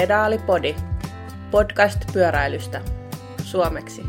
Pedaalipodi, podcast pyöräilystä, suomeksi.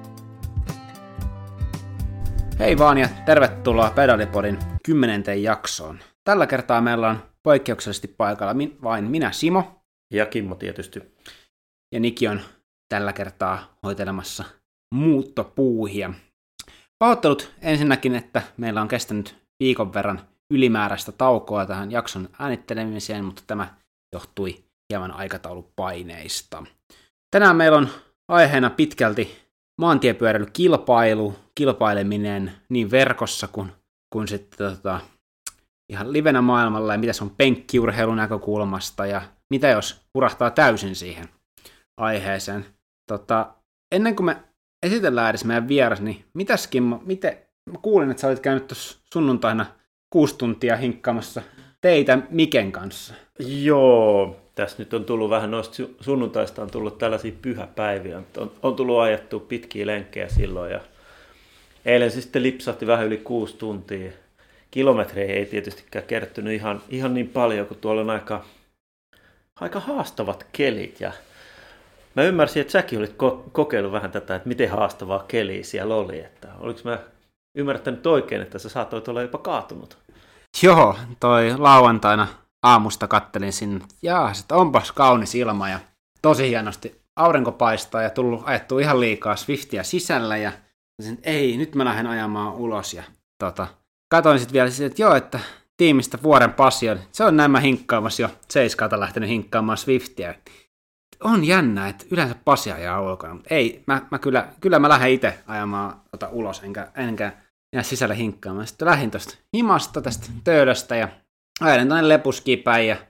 Hei vaan ja tervetuloa Pedaalipodin 10. jaksoon. Tällä kertaa meillä on poikkeuksellisesti paikalla vain minä, Simo. Ja Kimmo tietysti. Ja Niki on tällä kertaa hoitelemassa muuttopuuhia. Pahoittelut ensinnäkin, että meillä on kestänyt viikon verran ylimääräistä taukoa tähän jakson äänittelemiseen, mutta tämä johtui hieman aikataulupaineista. Tänään meillä on aiheena pitkälti maantiepyöräilykilpailu, kilpaileminen niin verkossa kuin sitten ihan livenä maailmalla, ja mitä se on penkkiurheilun näkökulmasta, ja mitä jos hurahtaa täysin siihen aiheeseen. Ennen kuin me esitellään edes meidän vieras, niin mitäs Kimmo, mä kuulin, että sä olit käynyt tuossa sunnuntaina 6 tuntia hinkkaamassa teitä Miken kanssa. Joo, tässä nyt on tullut vähän noista sunnuntaista on tullut tällaisia pyhäpäiviä. On tullut ajettua pitkiä lenkkejä silloin ja eilen se sitten lipsahti vähän yli 6 tuntia. Kilometrejä ei tietystikään kertynyt ihan niin paljon, kun tuolla on aika haastavat kelit. Ja mä ymmärsin, että säkin olit kokeillut vähän tätä, että miten haastavaa keliä siellä oli. Että oliko mä ymmärtänyt oikein, että sä saatoit olla jopa kaatunut? Joo, toi lauantaina aamusta kattelin sinne, että onpas kaunis ilma ja tosi hienosti aurinko paistaa ja tullut ajettua ihan liikaa Swiftiä sisällä ja ei, nyt mä lähden ajamaan ulos ja katoin sitten vielä, että tiimistä Vuoren Pasi on, se on nämä hinkkaamassa jo 7 lähtenyt hinkkaamaan Swiftiä. On jännä, että yleensä Pasi ajaa ulkona, mutta ei, kyllä mä lähden itse ajamaan ulos, enkä jää sisällä hinkkaamaan. Sitten lähdin tuosta himasta, tästä töölöstä ja ajelin tuonne Lepuskiin päin ja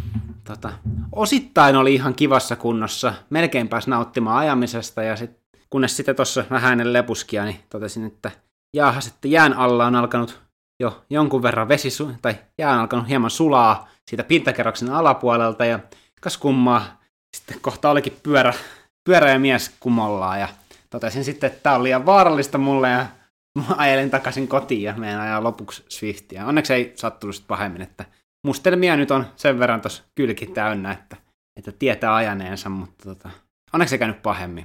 osittain oli ihan kivassa kunnossa, melkein pääsi nauttimaan ajamisesta ja kunnes sitten tuossa vähän ennen Lepuskia, niin totesin, että että jään alla on alkanut jo jonkun verran jää on alkanut hieman sulaa siitä pintakerroksen alapuolelta ja kas kummaa, sitten kohta olikin pyörä ja mies kumollaan ja totesin sitten, että tämä on liian vaarallista mulle ja mä ajelin takaisin kotiin ja meidän ajaa lopuksi Swiftiä. Onneksi ei sattunut sitten pahemmin, että mustelmia nyt on sen verran tuossa kylki täynnä, että tietää ajaneensa, mutta onneksi ei käynyt pahemmin.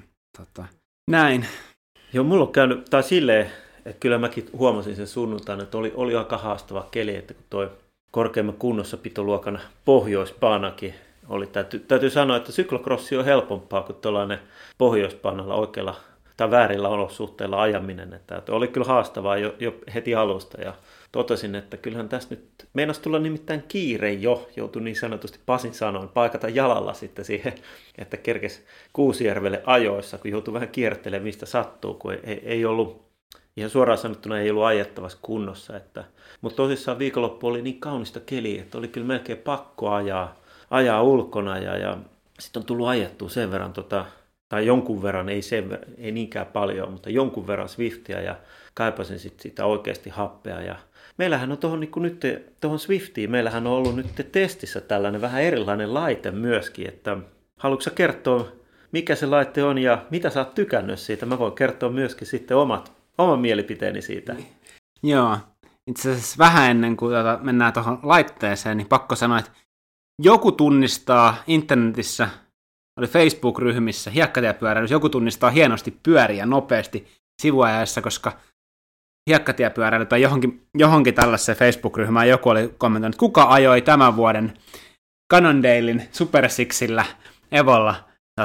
Näin. Joo, mulla on käynyt, tai silleen, että kyllä mäkin huomasin sen sunnuntaina, että oli aika haastava keli, että kun toi korkeimman kunnossapitoluokan pohjoispaanakin oli, täytyy sanoa, että syklocrossi on helpompaa kuin tuollainen pohjoispaanalla oikealla tai väärillä olosuhteilla ajaminen, että oli kyllä haastavaa jo heti alusta ja totesin, että kyllähän tässä nyt meinasi tulla nimittäin kiire joutui niin sanotusti Pasin sanoin paikata jalalla sitten siihen, että kerkesi Kuusijärvelle ajoissa, kun joutui vähän kiertelemään mistä sattuu, kun ei ollut, ihan suoraan sanottuna ei ollut ajettavassa kunnossa, mutta tosissaan viikonloppu oli niin kaunista keliä, että oli kyllä melkein pakko ajaa ulkona ja sitten on tullut ajettua sen verran tai jonkun verran, ei niinkään paljon, mutta jonkun verran Swiftiä ja kaipasin sitten sitä oikeasti happea. Ja meillähän on tuohon Swiftiin, meillähän on ollut nyt testissä tällainen vähän erilainen laite myöskin, että haluatko sä kertoa, mikä se laite on ja mitä sä oot tykännyt siitä? Mä voin kertoa myöskin sitten oman mielipiteeni siitä. Joo, itse asiassa vähän ennen kuin mennään tuohon laitteeseen, niin pakko sanoa, että joku tunnistaa internetissä, oli Facebook-ryhmissä, hiekkatiepyöräilys, joku tunnistaa hienosti pyöriä nopeasti sivuajassa, koska hiekkatiepyöräily tai johonkin tällaiseen Facebook-ryhmään joku oli kommentoinut, että kuka ajoi tämän vuoden Cannondalein Super Sixillä Evolla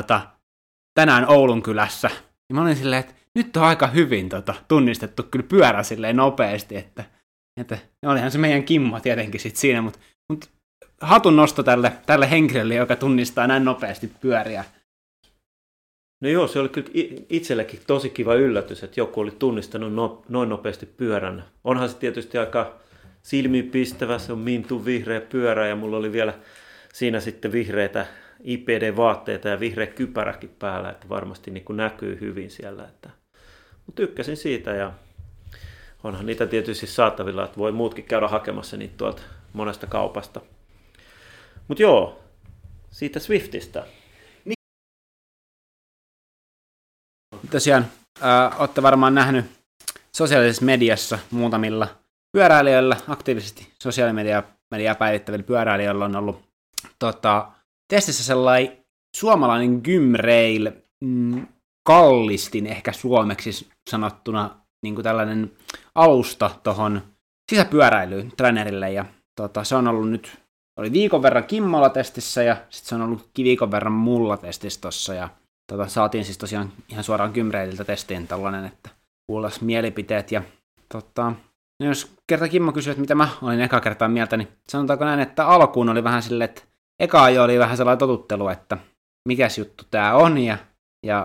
tänään Oulun kylässä. Ja mä olin silleen, että nyt on aika hyvin tunnistettu kyllä pyörä silleen nopeasti, että olihan se meidän Kimmo tietenkin sit siinä, mutta hatun nosto tälle henkilölle, joka tunnistaa näin nopeasti pyöriä. No joo, se oli kyllä itsellekin tosi kiva yllätys, että joku oli tunnistanut noin nopeasti pyörän. Onhan se tietysti aika silmiinpistävä, se on mintun vihreä pyörä ja mulla oli vielä siinä sitten vihreitä IPD-vaatteita ja vihreä kypäräkin päällä, että varmasti niin kuin näkyy hyvin siellä. Mutta tykkäsin siitä ja onhan niitä tietysti saatavilla, että voi muutkin käydä hakemassa niitä tuolta monesta kaupasta. Mutta joo, siitä Swiftistä. Tosiaan, olette varmaan nähnyt sosiaalisessa mediassa muutamilla pyöräilijöillä, aktiivisesti sosiaalimediaa päivittävillä pyöräilijöillä on ollut testissä sellainen suomalainen gymrail, kallistin ehkä suomeksi sanottuna niin kuin tällainen alusta tuohon sisäpyöräilyyn trainerille, ja se on ollut nyt, oli viikon verran Kimmolla testissä, ja sitten se on ollut viikon verran mulla testissä tossa, ja saatiin siis tosiaan ihan suoraan gymraililtä testiin tällainen, että kuullas mielipiteet, ja jos kerta Kimmo kysyi, että mitä mä olin eka kertaa mieltä, niin sanotaanko näin, että alkuun oli vähän silleen, että eka ajo oli vähän sellainen totuttelu, että mikäs juttu tää on, ja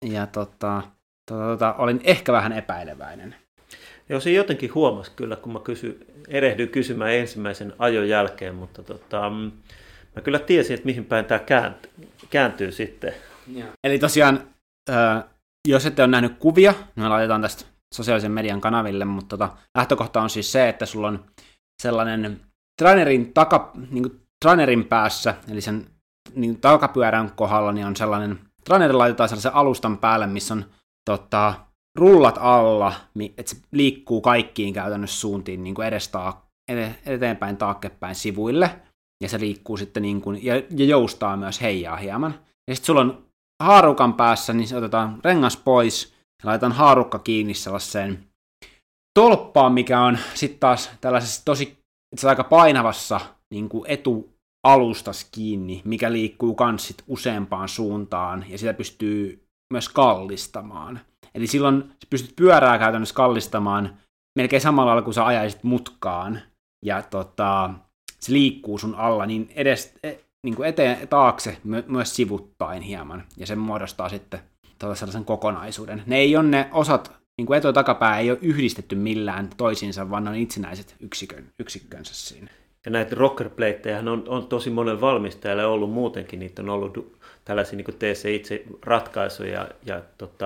olin ehkä vähän epäileväinen. Joo, se jotenkin huomasi kyllä, kun mä erehdyin kysymään ensimmäisen ajon jälkeen, mutta mä kyllä tiesin, että mihin päin tämä kääntyy sitten. Ja. Eli tosiaan, jos ette ole nähnyt kuvia, niin me laitetaan tästä sosiaalisen median kanaville, mutta lähtökohta on siis se, että sulla on sellainen trainerin päässä, eli sen niin takapyörän kohdalla, niin on sellainen, traineri laitetaan sellaisen alustan päälle, missä on rullat alla, että se liikkuu kaikkiin käytännössä suuntiin niin kuin eteenpäin, taaksepäin, sivuille, ja se liikkuu sitten niin kuin, ja joustaa myös heijaa hieman. Ja sitten sulla on haarukan päässä, niin se otetaan rengas pois, ja laitetaan haarukka kiinni sellaiseen tolppaan, mikä on sitten taas tällaisessa itse aika painavassa niin kuin etualustas kiinni, mikä liikkuu kans sit useampaan suuntaan, ja sitä pystyy myös kallistamaan. Eli silloin sä pystyt pyörää käytännössä kallistamaan melkein samalla lailla, kun sä ajaisit mutkaan, ja se liikkuu sun alla niin niin kuin eteen taakse myös sivuttain hieman, ja se muodostaa sitten sellaisen kokonaisuuden. Ne ei ole ne osat, niin kuin etu- ja takapää ei ole yhdistetty millään toisiinsa, vaan ne on itsenäiset yksikkönsä siinä. Ja näitä rockerplatejahan on tosi monen valmistajalle ollut muutenkin, niitä on ollut tällaisia, niin kuin tee se itse ratkaisuja, ja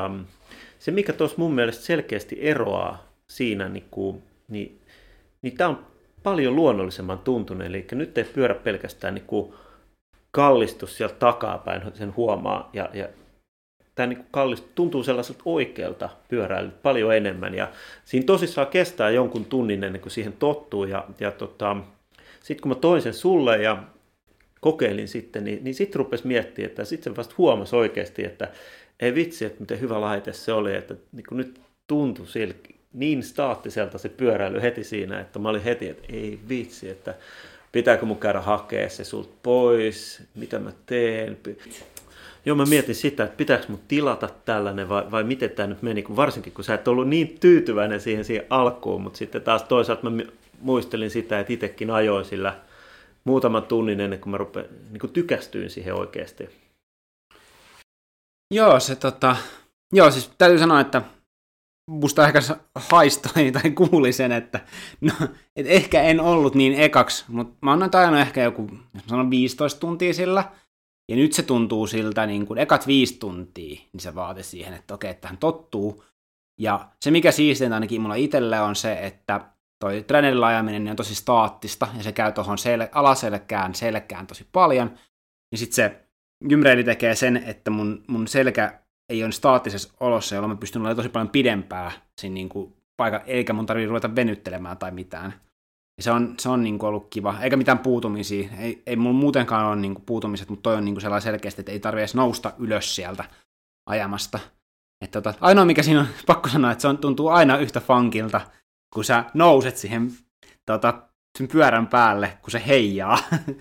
se, mikä tuossa mun mielestä selkeästi eroaa siinä, niin tämä on paljon luonnollisemman tuntunen, eli nyt ei pyörä pelkästään niin kuin kallistus sieltä takapäin, sen huomaa, ja tämä niin kallistus tuntuu sellaiselta oikealta pyöräilyltä paljon enemmän, ja siinä tosissaan kestää jonkun tunnin ennen kuin siihen tottuu, ja sitten kun mä toin sen sulle ja kokeilin sitten, niin sitten rupesi miettimään, että sitten se vasta huomasi oikeasti, että ei vitsi, että miten hyvä laite se oli, että niin nyt tuntui niin staattiselta se pyöräily heti siinä, että mä olin heti, että ei vitsi, että pitääkö mun käydä hakea se sulta pois, mitä mä teen. Joo, mä mietin sitä, että pitääkö mun tilata tällainen vai miten tämä nyt meni, varsinkin kun sä et ollut niin tyytyväinen siihen alkuun, mutta sitten taas toisaalta mä muistelin sitä, että itsekin ajoin sillä muutaman tunnin ennen kuin mä niin tykästyin siihen oikeasti. Joo, siis täytyy sanoa, että musta ehkä haistoi tai kuuli sen, että et ehkä en ollut niin ekaksi, mutta mä oon ajanut ehkä joku, jos mä sanon 15 tuntia sillä, ja nyt se tuntuu siltä, niin kuin ekat 5 tuntia, niin se vaati siihen, että okei, että hän tottuu. Ja se, mikä siistintä ainakin mulla itselle on se, että toi trainerilla ajaminen niin on tosi staattista, ja se käy tuohon selkään tosi paljon, ja sitten se gymraili tekee sen, että mun selkä ei ole staattisessa olossa, jolloin mä pystyn olemaan tosi paljon pidempää siinä niin kuin eikä mun tarvitse ruveta venyttelemään tai mitään. Ja se on niin kuin ollut kiva, eikä mitään puutumisia, ei mulla muutenkaan ole niin kuin puutumiset, mutta toi on niin kuin sellainen selkeästi, että ei tarvitse edes nousta ylös sieltä ajamasta. Että ainoa mikä siinä on pakko sanoa, että se tuntuu aina yhtä funkilta, kun sä nouset siihen sen pyörän päälle, kun se heijaa.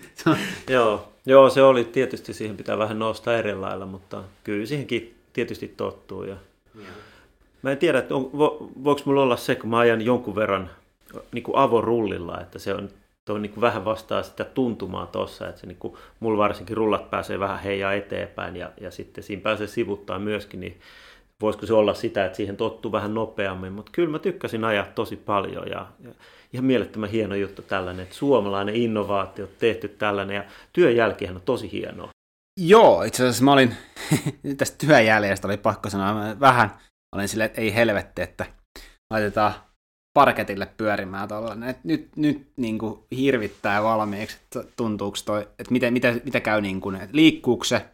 Joo, se oli tietysti, siihen pitää vähän nousta eri lailla, mutta kyllä siihenkin tietysti tottuu. Ja mä en tiedä, että voiko mulla olla se, kun mä ajan jonkun verran niin kuin avorullilla, että se on niin kuin vähän vastaa sitä tuntumaa tuossa, että se niin kuin, mulla varsinkin rullat pääsee vähän heijaa eteenpäin ja sitten siinä pääsee sivuttaa myöskin, niin voisiko se olla sitä, että siihen tottuu vähän nopeammin, mutta kyllä mä tykkäsin ajaa tosi paljon ja ihan mielettömän hieno juttu tällainen, että suomalainen innovaatio tehty tällainen ja työn jälkihän on tosi hienoa. Joo, itse asiassa mä olin, tästä työjäljestä oli pakko sanoa, vähän olin silleen, että ei helvetti, että laitetaan parketille pyörimään tollainen, että nyt niin kuin hirvittää valmiiksi, että tuntuuko toi, että mitä käy niin kuin, että liikkuuko se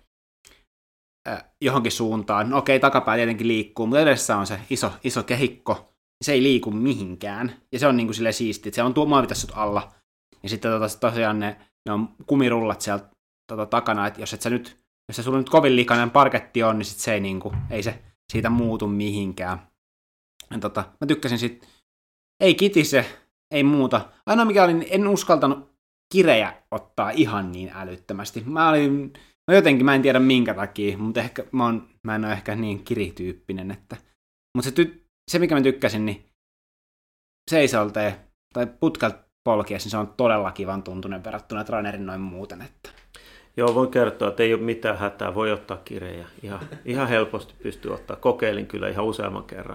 johonkin suuntaan, no okei, takapää tietenkin liikkuu, mutta edessä on se iso kehikko, se ei liiku mihinkään, ja se on niin kuin silleen siistiä, että se on muovitassut alla, ja sitten tosiaan ne on kumirullat sieltä takana, että jos et sä nyt jos se sulla nyt kovin likainen parketti on, niin sit se ei, niinku, ei se siitä muutu mihinkään. Ja mä tykkäsin sit, ei kitise, ei muuta. Ainoa mikä oli, en uskaltanut kirejä ottaa ihan niin älyttömästi. Mä en tiedä minkä takia, mutta ehkä mä en ole ehkä niin kirityyppinen, että... Mutta se mikä mä tykkäsin, niin seisolteen tai putkelta polkiessa, niin se on todella kivan tuntunen verrattuna trainerin noin muuten. Että. Joo, voin kertoa, että ei ole mitään hätää, voi ottaa kirejä. Ihan helposti pystyy ottaa. Kokeilin kyllä ihan useamman kerran.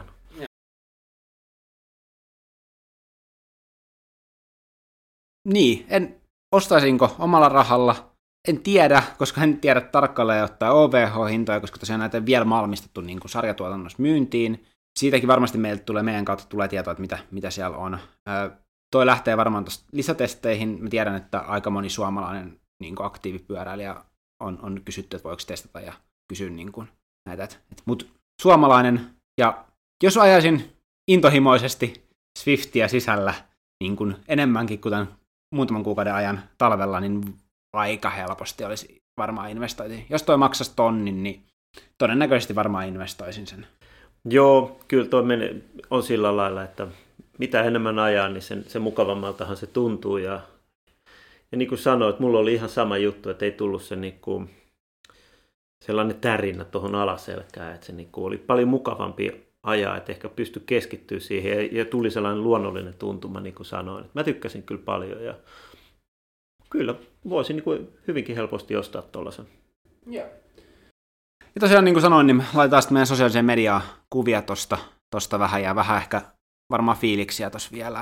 Niin, ostaisinko omalla rahalla? En tiedä, koska en tiedä tarkalleen ottaa OVH-hintoja, koska tosiaan näitä ei vielä valmistettu niin kuin sarjatuotannossa myyntiin. Siitäkin varmasti meidän kautta tulee tietoa, että mitä siellä on. Toi lähtee varmaan tuosta lisätesteihin. Mä tiedän, että aika moni suomalainen niin kuin aktiivipyöräilijä on kysytty, että voiko testata ja kysyä niin kuin näitä. Mutta suomalainen, ja jos ajaisin intohimoisesti Swiftia sisällä niin kuin enemmänkin kuten muutaman kuukauden ajan talvella, niin aika helposti olisi varmaan investointi. Jos toi maksaisi tonnin, niin todennäköisesti varmaan investoisin sen. Joo, kyllä toi on sillä lailla, että mitä enemmän ajaa, niin sen mukavammaltahan se tuntuu. Ja niin kuin sanoit, mulla oli ihan sama juttu, että ei tullut se niin kuin sellainen tärinä tuohon alaselkään, että se niin kuin oli paljon mukavampi ajaa, että ehkä pystyi keskittyä siihen ja tuli sellainen luonnollinen tuntuma, niin kuin sanoin. Mä tykkäsin kyllä paljon ja kyllä voisin niin kuin hyvinkin helposti ostaa tuollaisen. Joo. Ja tosiaan niin kuin sanoin, niin laitetaan sitten meidän sosiaaliseen mediaan kuvia tosta vähän ja vähän ehkä varmaan fiiliksiä tossa vielä.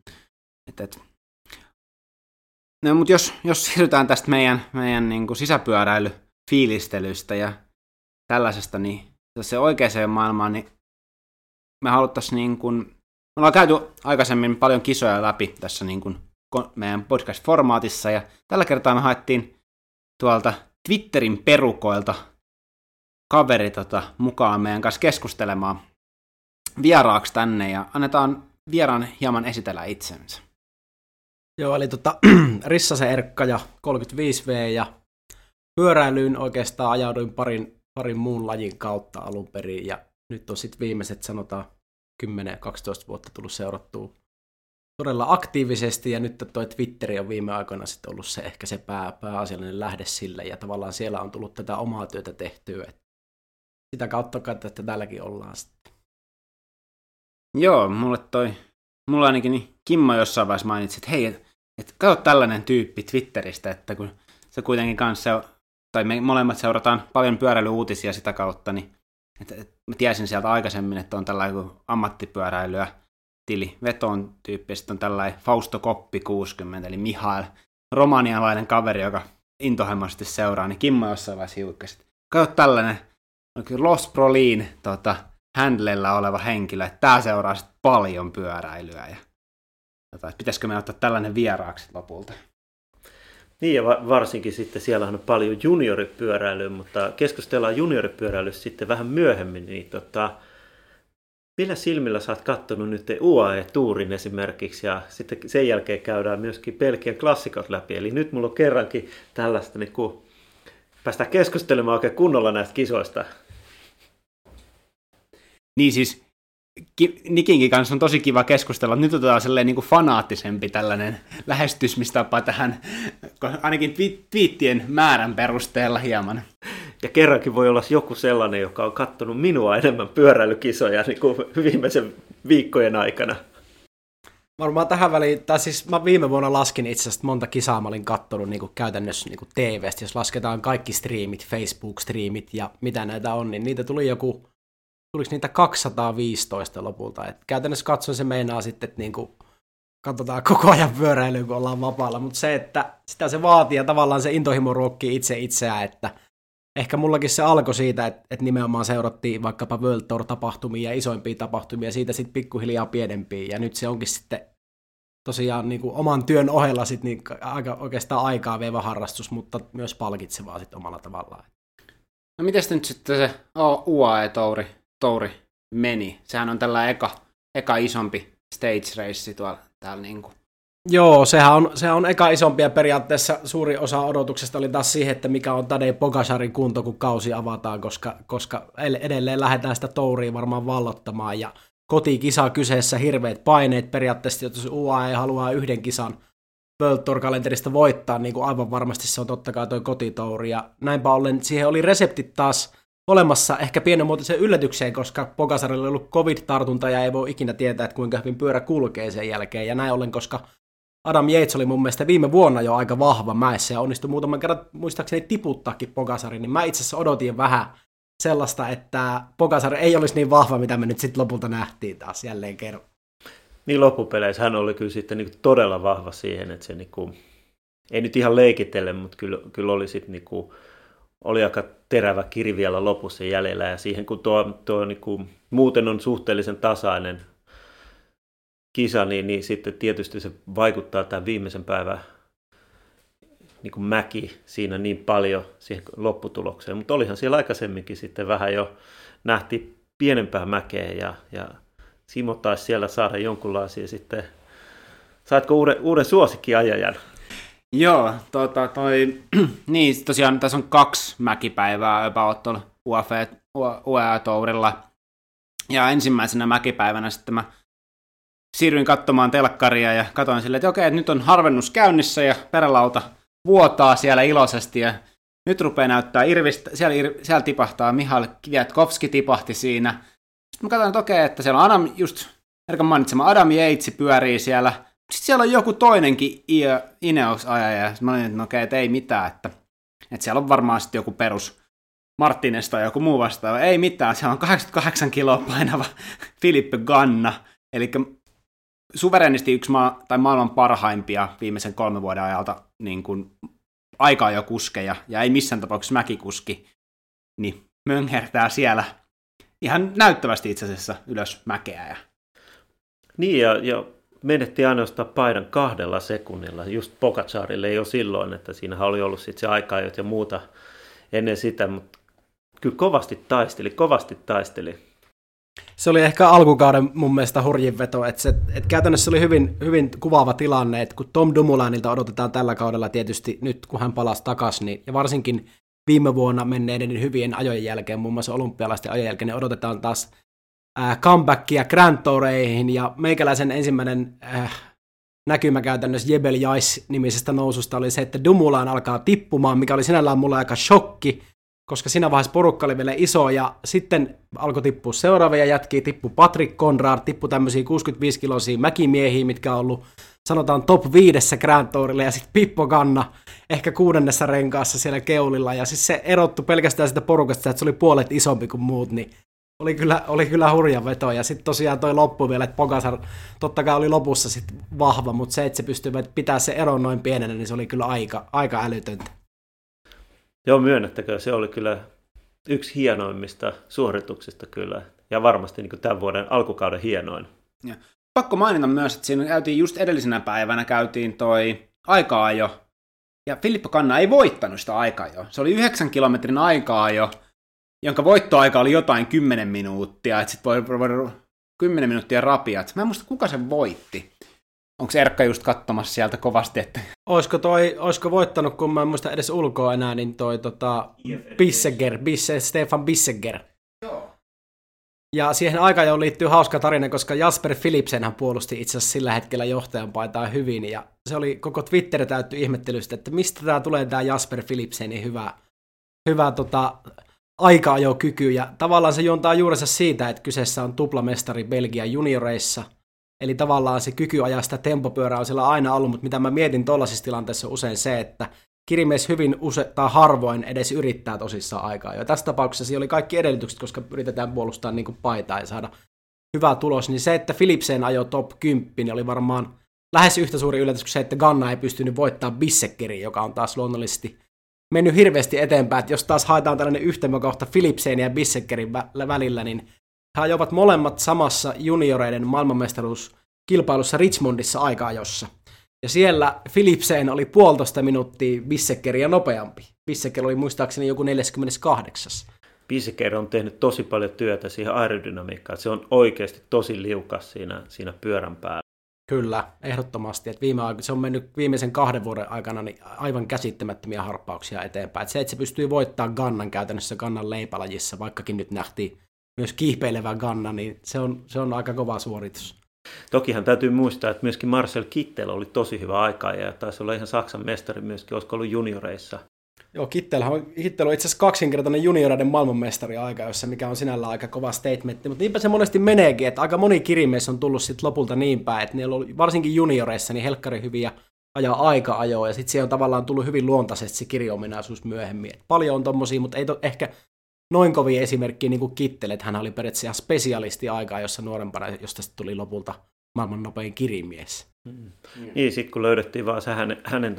No, mutta jos siirrytään tästä meidän niin kuin sisäpyöräilyfiilistelystä ja tällaisesta, niin se oikeaan maailmaan, niin me haluttaisiin niin kuin, me ollaan käyty aikaisemmin paljon kisoja läpi tässä niin kuin meidän podcast-formaatissa ja tällä kertaa me haettiin tuolta Twitterin perukoilta kaveri mukaan meidän kanssa keskustelemaan vieraaksi tänne ja annetaan vieraan hieman esitellä itsensä. Joo, eli Rissasen Erkka ja 35V ja pyöräilyyn oikeastaan ajauduin parin muun lajin kautta alun perin ja nyt on sitten viimeiset sanotaan 10-12 vuotta tullut seurattua todella aktiivisesti ja nyt tuo Twitteri on viime aikoina sitten ollut se ehkä se pääasiallinen lähde sille ja tavallaan siellä on tullut tätä omaa työtä tehtyä. Et sitä kautta että täälläkin ollaan sitten. Joo, mulla ainakin niin Kimmo jossain vaiheessa mainitsi, että hei, että katso tällainen tyyppi Twitteristä, että kun se kuitenkin kanssa, tai me molemmat seurataan paljon pyöräilyuutisia sitä kautta, niin että mä tiesin sieltä aikaisemmin, että on tällainen ammattipyöräilyä tili Veton tyyppi, ja sitten on tällainen Fausto Koppi 60, eli Mihail, romanialainen kaveri, joka intohimoisesti seuraa, niin Kimmo jossain vaiheessa hiukkasi. Katso tällainen Los Prolin handlella oleva henkilö, että tää seuraa sitten paljon pyöräilyä, ja pitäisikö me ottaa tällainen vieraaksi lopulta? Niin ja varsinkin sitten siellä on paljon junioripyöräilyä, mutta keskustellaan junioripyöräilystä sitten vähän myöhemmin, niin millä silmillä sä oot katsonut nyt UAE-tuurin esimerkiksi ja sitten sen jälkeen käydään myöskin Belgian klassikot läpi, eli nyt mulla on kerrankin tällaista, niin kun päästään keskustelemaan oikein kunnolla näistä kisoista. Niin siis Nikinkin kanssa on tosi kiva keskustella. Nyt otetaan sellainen niin kuin fanaattisempi tällainen lähestymistapa tähän, ainakin twiittien määrän perusteella hieman. Ja kerrankin voi olla joku sellainen, joka on katsonut minua enemmän pyöräilykisoja niin kuin viimeisen viikkojen aikana. Varmaan tähän väliin, tai siis mä viime vuonna laskin itse asiassa monta kisaa, mä olin katsonut niin kuin käytännössä niin kuin TV:stä, jos lasketaan kaikki striimit, Facebook-striimit ja mitä näitä on, niin niitä tuli tuliko niitä 215 lopulta. Et käytännössä katsoen se meinaa sitten, että niinku katsotaan koko ajan pyöräilyä, kun ollaan vapaalla, mutta se, että sitä se vaatii ja tavallaan se intohimo ruokkii itseään, että ehkä mullakin se alkoi siitä, että nimenomaan seurattiin vaikkapa World Tour-tapahtumia ja isoimpia tapahtumia, siitä sitten pikkuhiljaa pienempiä, ja nyt se onkin sitten tosiaan niin kuin oman työn ohella sit niin oikeastaan aikaa vievä harrastus, mutta myös palkitsevaa sitten omalla tavallaan. No miten nyt sitten se UAE-touri meni? Sehän on tällä eka isompi stage race täällä niinku. Joo, sehän on eka isompia periaatteessa. Suuri osa odotuksesta oli taas siihen, että mikä on Tadej Pogačarin kunto, kun kausi avataan, koska edelleen lähdetään sitä touria varmaan vallottamaan, ja kotikisa kyseessä, hirveät paineet periaatteessa, jos UAE haluaa yhden kisan World Tour-kalenterista voittaa, niin kuin aivan varmasti se on totta kai toi kotitouri, ja näinpä ollen siihen oli reseptit taas olemassa ehkä pienenmuotoiseen yllätykseen, koska Pogačarilla oli ollut covid-tartunta, ja ei voi ikinä tietää, että kuinka hyvin pyörä kulkee sen jälkeen, ja näin ollen, koska Adam Yates oli mun mielestä viime vuonna jo aika vahva mäessä, ja onnistui muutaman kerran muistaakseni tiputtaakin Pogačarin, niin mä itse asiassa odotin vähän sellaista, että Pogačar ei olisi niin vahva, mitä me nyt sitten lopulta nähtiin taas jälleen kerran. Niin loppupeleissä hän oli kyllä sitten niin todella vahva siihen, että se niin kuin, ei nyt ihan leikitelle, mutta kyllä oli sitten niin kuin, oli aika terävä kiri vielä lopussa jäljellä, ja siihen kun tuo niin kuin, muuten on suhteellisen tasainen kisa, niin sitten tietysti se vaikuttaa tämän viimeisen päivän niin kuin mäki siinä niin paljon siihen lopputulokseen, mutta olihan siellä aikaisemminkin sitten vähän jo nähtiin pienempää mäkeä, ja Simo taisi siellä saada jonkunlaisia sitten, saatko uuden suosikkiajajan? Joo, niin tosiaan tässä on 2 mäkipäivää about UEA-tourilla, ja ensimmäisenä mäkipäivänä sitten mä siirryin katsomaan telkkaria ja katsoin silleen, että okei, että nyt on harvennus käynnissä ja perälauta vuotaa siellä iloisesti ja nyt rupeaa näyttää irvistä, siellä tipahtaa Mihail Kwiatkowski tipahti siinä. Sitten mä katsoin, että okei, että siellä on Erkan mainitsema Adam Yates pyörii siellä. Sitten siellä on joku toinenkin Ineos-ajaja. Sitten mä olin, että okei, että ei mitään, että siellä on varmaan sitten joku perus Martinez tai joku muu vastaava. Ei mitään, siellä on 88 kiloa painava Philippe Ganna, eli suverenisti yksi maailman parhaimpia viimeisen 3 vuoden ajalta niin kuin aikaa jo kuskeja, ja ei missään tapauksessa mäkikuski, niin mönghertää siellä ihan näyttävästi itse asiassa ylös mäkeä. Niin, ja menettiin ainoastaan paidan 2 sekunnilla, just Pogačarille jo silloin, että siinähän oli ollut sitten se aika-ajot ja muuta ennen sitä, mutta kyllä kovasti taisteli. Se oli ehkä alkukauden mun mielestä hurjin veto, että käytännössä oli hyvin, hyvin kuvaava tilanne, että kun Tom Dumoulinilta odotetaan tällä kaudella tietysti nyt, kun hän palasi takaisin, niin, ja varsinkin viime vuonna menneiden hyvien ajojen jälkeen, muun muassa olympialaisten ajojen jälkeen, niin odotetaan taas comebackia Grand Toureihin, ja meikäläisen ensimmäinen näkymä käytännössä Jebel Jais-nimisestä noususta oli se, että Dumoulin alkaa tippumaan, mikä oli sinällään mulle aika shokki, koska siinä vaiheessa porukka oli vielä iso, ja sitten alkoi tippua seuraavia jätkiä, tippui Patrick Conrad, tippui tämmöisiä 65-kiloisia mäkimiehiä, mitkä on ollut, sanotaan, top 5 Grand Tourilla, ja sitten Pippo Ganna ehkä 6. renkaassa siellä keulilla, ja siis se erottu pelkästään sitä porukasta, että se oli puolet isompi kuin muut, niin oli kyllä hurja veto, ja sitten tosiaan toi loppu vielä, että Pogačar totta kai oli lopussa sitten vahva, mutta se, että se pystyi pitää se eron noin pienenä, niin se oli kyllä aika älytöntä. Joo, myönnettäkö, se oli kyllä yksi hienoimmista suorituksista kyllä, ja varmasti niin kuin tämän vuoden alkukauden hienoin. Ja pakko mainita myös, että siinä käytiin just edellisenä päivänä toi aika-ajo, ja Filippo Ganna ei voittanut sitä aika-ajoa. Se oli 9 kilometrin aika-ajo, jonka voittoaika oli jotain 10 minuuttia, että sitten voi 10 minuuttia rapiat. Mä en muista, kuka sen voitti. Onko Erkka just katsomassa sieltä kovasti, että Olisiko voittanut, kun mä en muista edes ulkoa enää, niin Stefan Bissegger. Joo. Ja siihen aikajoon liittyy hauska tarina, koska Jasper Philipsen hän puolusti itse asiassa sillä hetkellä johtajan paitaa hyvin, ja se oli koko Twitter täytty ihmettelystä, että mistä tää tulee tää Jasper Philipsenin hyvä aika-ajokyky, ja tavallaan se juontaa juurensa siitä, että kyseessä on tuplamestari Belgian junioreissa, eli tavallaan se kyky ajaa sitä tempopyörää on siellä aina ollut, mutta mitä mä mietin tuollaisissa tilanteissa on usein se, että kirimies hyvin tai harvoin edes yrittää tosissaan aikaa. Ja tässä tapauksessa siinä oli kaikki edellytykset, koska yritetään puolustaa niin kuin paitaa ja saada hyvä tulos, niin se, että Philipsen ajoi top 10, niin oli varmaan lähes yhtä suuri yllätys kuin se, että Ganna ei pystynyt voittamaan Bisseggerin, joka on taas luonnollisesti mennyt hirveästi eteenpäin, että jos taas haetaan tällainen yhtymäkohta Philipsen ja Bisseggerin välillä, niin he ajoivat molemmat samassa junioreiden maailmanmestaruuskilpailussa Richmondissa aika-ajossa. Ja siellä Philipsen oli 1,5 minuuttia Bisseggeria nopeampi. Bissegger oli muistaakseni joku 48. Bissegger on tehnyt tosi paljon työtä siihen aerodynamiikkaan. Se on oikeasti tosi liukas siinä pyörän päällä. Kyllä, ehdottomasti. Että se on mennyt viimeisen 2 vuoden aikana niin aivan käsittämättömiä harppauksia eteenpäin. Että se pystyy voittamaan Gannan käytännössä Gannan leipälajissa, vaikkakin nyt nähtiin myös kiipeilevä Ganna, niin se on aika kova suoritus. Tokihan täytyy muistaa, että myöskin Marcel Kittel oli tosi hyvä aikaa ja taisi olla ihan Saksan mestari myöskin, olisiko ollut junioreissa. Joo, Kittel on itse asiassa kaksinkertainen junioreiden maailmanmestari aika, mikä on sinällään aika kova statementti, mutta niinpä se monesti meneekin, että aika moni kirimies on tullut sitten lopulta niin päin, että niillä on varsinkin junioreissa niin helkkari hyviä ajaa aika-ajoa, ja sitten siihen on tavallaan tullut hyvin luontaisesti se kiriominaisuus myöhemmin. Et paljon on tommosia, mutta ei ehkä noin kovia esimerkkiä niin kuin Kittel, että hän oli periaatteessa ihan spesialisti aikaa, jossa nuorempana, josta sitten tuli lopulta maailman nopein kirimies. Niin, sitten kun löydettiin vaan se hänen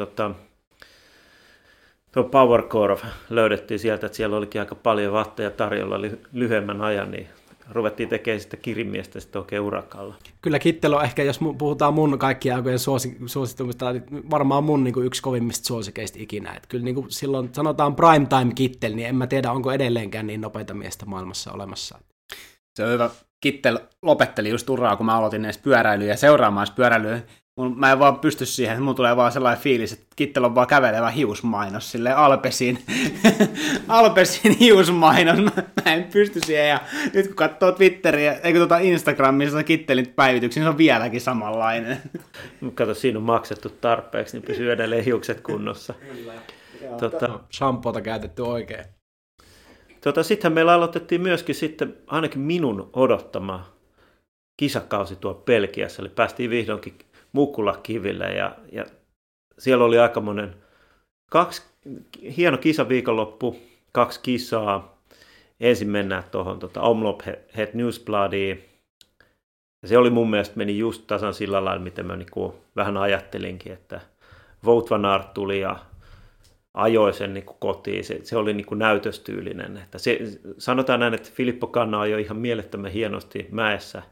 tuo Power Curve löydettiin sieltä, että siellä olikin aika paljon watteja tarjolla lyhyemmän ajan, niin ruvettiin tekemään sitä kirimiestä sitten oikein urakalla. Kyllä Kittel on ehkä, jos puhutaan mun kaikkien aikojen suositumista, niin varmaan mun niin kuin yksi kovimmista suosikeista ikinä. Että kyllä niin kuin silloin sanotaan primetime Kittel, niin en mä tiedä, onko edelleenkään niin nopeita miestä maailmassa olemassa. Se on hyvä. Kittel lopetteli just uraa, kun mä aloitin edes pyöräilyä ja seuraamaan pyöräilyä. Mä en vaan pysty siihen, että mulla tulee vaan sellainen fiilis, että Kittel on vaan kävelevä hiusmainos, silleen Alpesin hiusmainos, mä en pysty siihen, ja nyt kun katsoo Twitteriä, eikö Instagramissa Kittelin päivityksiä, niin se on vieläkin samanlainen. Kato, siinä on maksettu tarpeeksi, niin pysyy edelleen hiukset kunnossa. Shampoota käytetty oikein. Sittenhän meillä aloitettiin myöskin sitten, ainakin minun odottama kisakausi tuo Belgiassa, eli päästiin vihdoinkin Mukula-kiville ja siellä oli aikamoinen hieno kisaviikonloppu, 2 kisaa. Ensin mennään tuohon Omloop Het Nieuwsbladiin. Se oli mun mielestä meni just tasan sillä lailla, miten mä niinku vähän ajattelinkin, että Wout van Aert tuli ja ajoi sen niinku kotiin. Se oli niinku näytöstyylinen. Että sanotaan näin, että Filippo Ganna ajoi ihan mielettömän hienosti mäessä.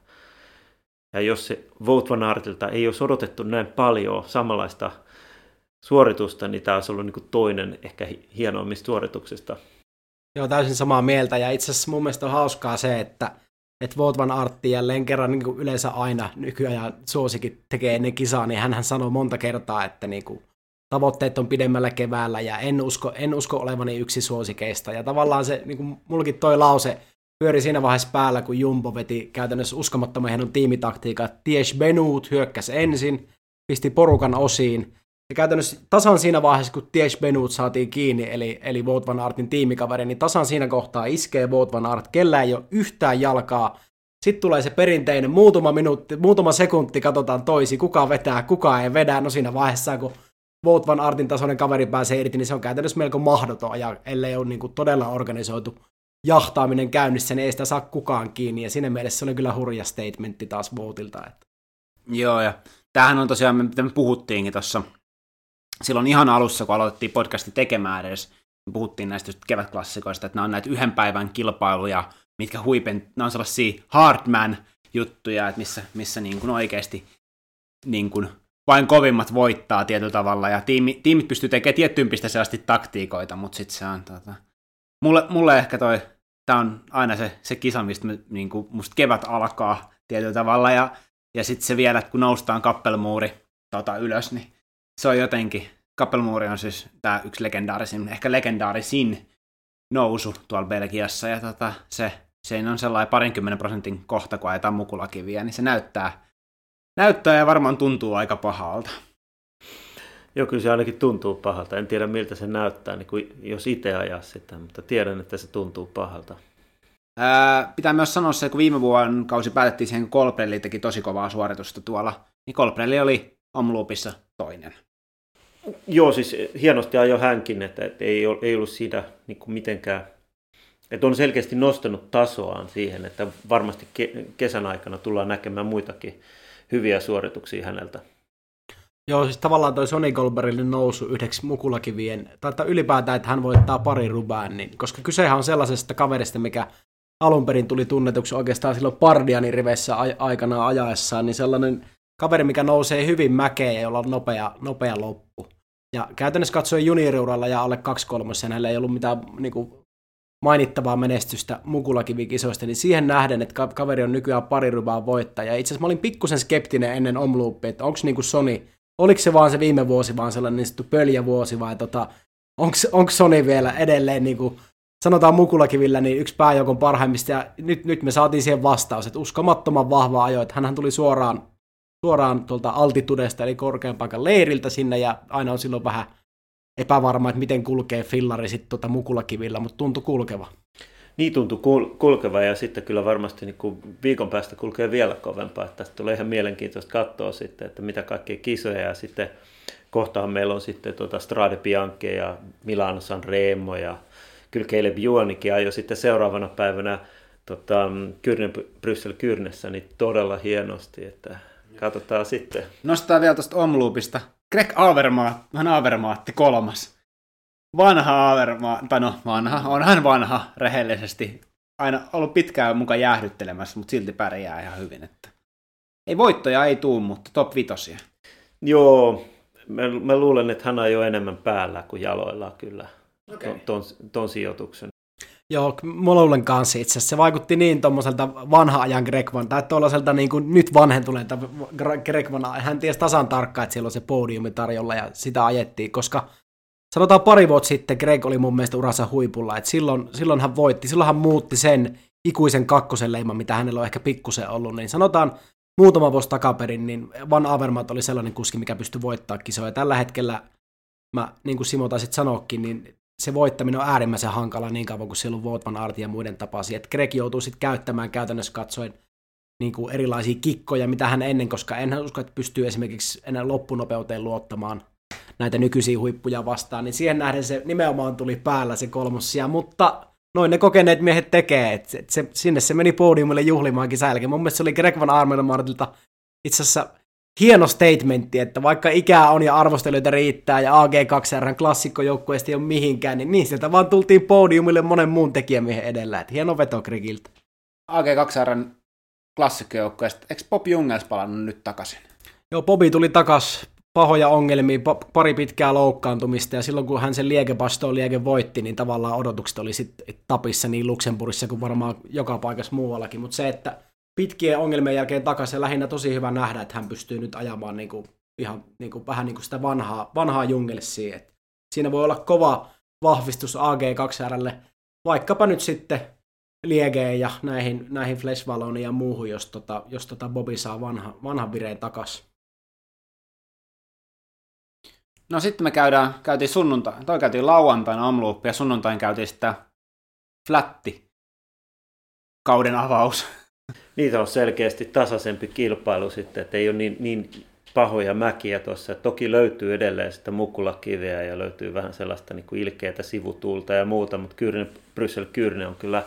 Ja jos se Wout van Aertilta ei olisi odotettu näin paljon samanlaista suoritusta, niin tämä olisi ollut niin toinen ehkä hienoimmista suorituksista. Joo, täysin samaa mieltä. Ja itse asiassa mun mielestä on hauskaa se, että Wout van Aert jälleen kerran niin kuin yleensä aina nykyään suosikin tekee ennen kisaa, niin hänhän sanoo monta kertaa, että niin kuin tavoitteet on pidemmällä keväällä ja en usko olevani yksi suosikeista. Ja tavallaan se, niin kuin mullakin toi lause pyöri siinä vaiheessa päällä, kun Jumbo veti käytännössä uskomattoman hienon tiimitaktiikan. Tiesj Benoot hyökkäsi ensin, pisti porukan osiin. Ja käytännössä tasan siinä vaiheessa, kun Tiesj Benoot saatiin kiinni, eli Wout van Aertin tiimikaveri, niin tasan siinä kohtaa iskee Wout van Aert, kellä ei ole yhtään jalkaa. Sitten tulee se perinteinen muutama sekunti, katsotaan toisi, kuka vetää, kuka ei vedä. No siinä vaiheessa, kun Wout van Aertin tasoinen kaveri pääsee irti, niin se on käytännössä melko mahdoton, ja ellei ole niin kuin todella organisoitu jahtaaminen käynnissä, niin ei sitä saa kukaan kiinni, ja siinä mielessä se oli kyllä hurja statementti taas Woutilta. Joo, ja tämähän on tosiaan, mitä me puhuttiinkin tuossa silloin ihan alussa, kun aloitettiin podcastin tekemään edes, me puhuttiin näistä kevätklassikoista, että nämä on näitä 1 päivän kilpailuja, mitkä nämä on sellaisia hardman-juttuja, että missä niin kuin oikeasti niin kuin vain kovimmat voittaa tietyllä tavalla, ja tiimit pystyy tekemään tiettyyn pisteeseen asti taktiikoita, mutta sitten se on mulle ehkä tämä on aina se kisa, mistä niin kuin musta kevät alkaa tietyllä tavalla, ja sitten se vielä, kun noustaan Kappelmuuri ylös, niin se on jotenkin, Kappelmuuri on siis tämä yksi legendaarisin nousu tuolla Belgiassa, ja se on sellainen 20% kohta, kun ajetaan Mukulakiviä, niin se näyttää ja varmaan tuntuu aika pahalta. Joo, kyllä se ainakin tuntuu pahalta. En tiedä, miltä se näyttää, niin kuin jos itse ajaa sitä, mutta tiedän, että se tuntuu pahalta. Pitää myös sanoa se, kun viime vuonna kausi päätettiin siihen, kun Colbrelli teki tosi kovaa suoritusta tuolla, niin Colbrelli oli Omloopissa toinen. Joo, siis hienosti ajoi hänkin, että ei ollut siinä niin kuin mitenkään, että on selkeästi nostanut tasoaan siihen, että varmasti kesän aikana tullaan näkemään muitakin hyviä suorituksia häneltä. Joo, siis tavallaan toi Sonny Colbrellin nousu yhdeksi Mukulakivien, tai ylipäätään, että hän voittaa pari Roubaixin, niin, koska kysehän on sellaisesta kaverista, mikä alun perin tuli tunnetuksi oikeastaan silloin Bardianin riveissä aikanaan ajaessaan, niin sellainen kaveri, mikä nousee hyvin mäkeen ja jolla on nopea loppu. Ja käytännössä katsoen junioriuralla ja alle 2/3, hänellä ei ollut mitään niin kuin, mainittavaa menestystä Mukulakivi-kisoista, niin siihen nähden, että kaveri on nykyään pari rybaa voittaja. Itse asiassa mä olin pikkusen skeptinen ennen Omloopia, että onko niinku Sony, oliko se vaan se viime vuosi vaan sellainen niin sanottu pöljävuosi vai onko Sony vielä edelleen, niinku, sanotaan Mukulakivillä, niin yksi pääjoukon parhaimmista, ja nyt me saatiin siihen vastaus, että uskomattoman vahva ajo, että hänhän tuli suoraan tuolta altitudesta, eli korkean paikan leiriltä sinne, ja aina on silloin vähän epävarma, että miten kulkee fillari sitten Mukulakivillä, mutta tuntui kulkeva. Niin tuntui kulkeva, ja sitten kyllä varmasti niin kuin viikon päästä kulkee vielä kovempaa. Että tästä tulee ihan mielenkiintoista katsoa sitten, että mitä kaikkea kisoja, ja sitten kohtaan meillä on sitten Strade Bianche ja Milano Sanremo, ja kyllä Caleb Ewainikin ajoi sitten seuraavana päivänä Bryssel-Kyrnessä niin todella hienosti, että katsotaan sitten. Nostetaan vielä tuosta Omloopista. Greg Avermaatti 3. Vanha Avermaatti, tai no vanha, on hän vanha rehellisesti. Aina ollut pitkään mukaan jäähdyttelemässä, mutta silti pärjää ihan hyvin. Että ei voittoja ei tuu, mutta top 5. Joo, mä luulen, että hän ajoi enemmän päällä kuin jaloillaan kyllä ton sijoituksen. Joo, mä luulen kanssa itse asiassa. Se vaikutti niin tommoselta vanha ajan Greg Van, tai tuollaiselta niin kuin nyt vanhentuneelta Greg Van. Hän tiesi tasan tarkkaan, että siellä on se podiumi tarjolla ja sitä ajettiin, koska sanotaan pari vuotta sitten Greg oli mun mielestä uransa huipulla, että silloin hän voitti, silloin hän muutti sen ikuisen kakkosen leiman, mitä hänellä on ehkä pikkusen ollut, niin sanotaan muutama vuosi takaperin, niin Van Avermaet oli sellainen kuski, mikä pystyi voittamaan kisoja. Tällä hetkellä, niin kuin Simo taisit sanoakin, niin se voittaminen on äärimmäisen hankala niin kauan kuin siellä on Wout van Aert ja muiden tapaisia. Että Greg joutuu sitten käyttämään käytännössä katsoen niin kuin erilaisia kikkoja, mitä hän ennen, koska en usko, että pystyy esimerkiksi enää loppunopeuteen luottamaan näitä nykyisiä huippuja vastaan. Niin siihen nähden se nimenomaan tuli päällä se kolmossia, mutta noin ne kokeneet miehet tekee. Että sinne se meni podiumille juhlimaankin säälläkin. Mun mielestä se oli Greg van Avermaetilta itse asiassa hieno statementti, että vaikka ikää on ja arvostelijoita riittää ja AG2R:n klassikkojoukkueesta ei ole mihinkään, niin sieltä vaan tultiin podiumille monen muun tekijämiehen edellä. Että hieno veto Gregiltä. AG2R:n klassikkojoukkueesta, eikö Bob Jungels palannut nyt takaisin? Joo, Bobi tuli takaisin, pahoja ongelmia, pari pitkää loukkaantumista, ja silloin kun hän sen Liege voitti, niin tavallaan odotukset oli sitten tapissa niin Luxemburgissa kuin varmaan joka paikassa muuallakin, mutta se, että pitkien ongelmien jälkeen takaisin, lähinnä tosi hyvä nähdä, että hän pystyy nyt ajamaan niinku, ihan niinku, vähän niin kuin sitä vanhaa Jungelsia. Et siinä voi olla kova vahvistus AG2R:lle, vaikkapa nyt sitten Liegeen ja näihin Flash Walloniin ja muuhun, jos Bobi saa vanhan vireen takaisin. No sitten me käytiin käytiin lauantaina Omloop ja sunnuntain käytiin sitä Flatti kauden avaus. Niitä on selkeästi tasaisempi kilpailu sitten, että ei ole niin pahoja mäkiä tuossa. Toki löytyy edelleen sitä Mukulakiveä ja löytyy vähän sellaista niin kuin ilkeätä sivutuulta ja muuta, mutta Bryssel-Kyrne on kyllä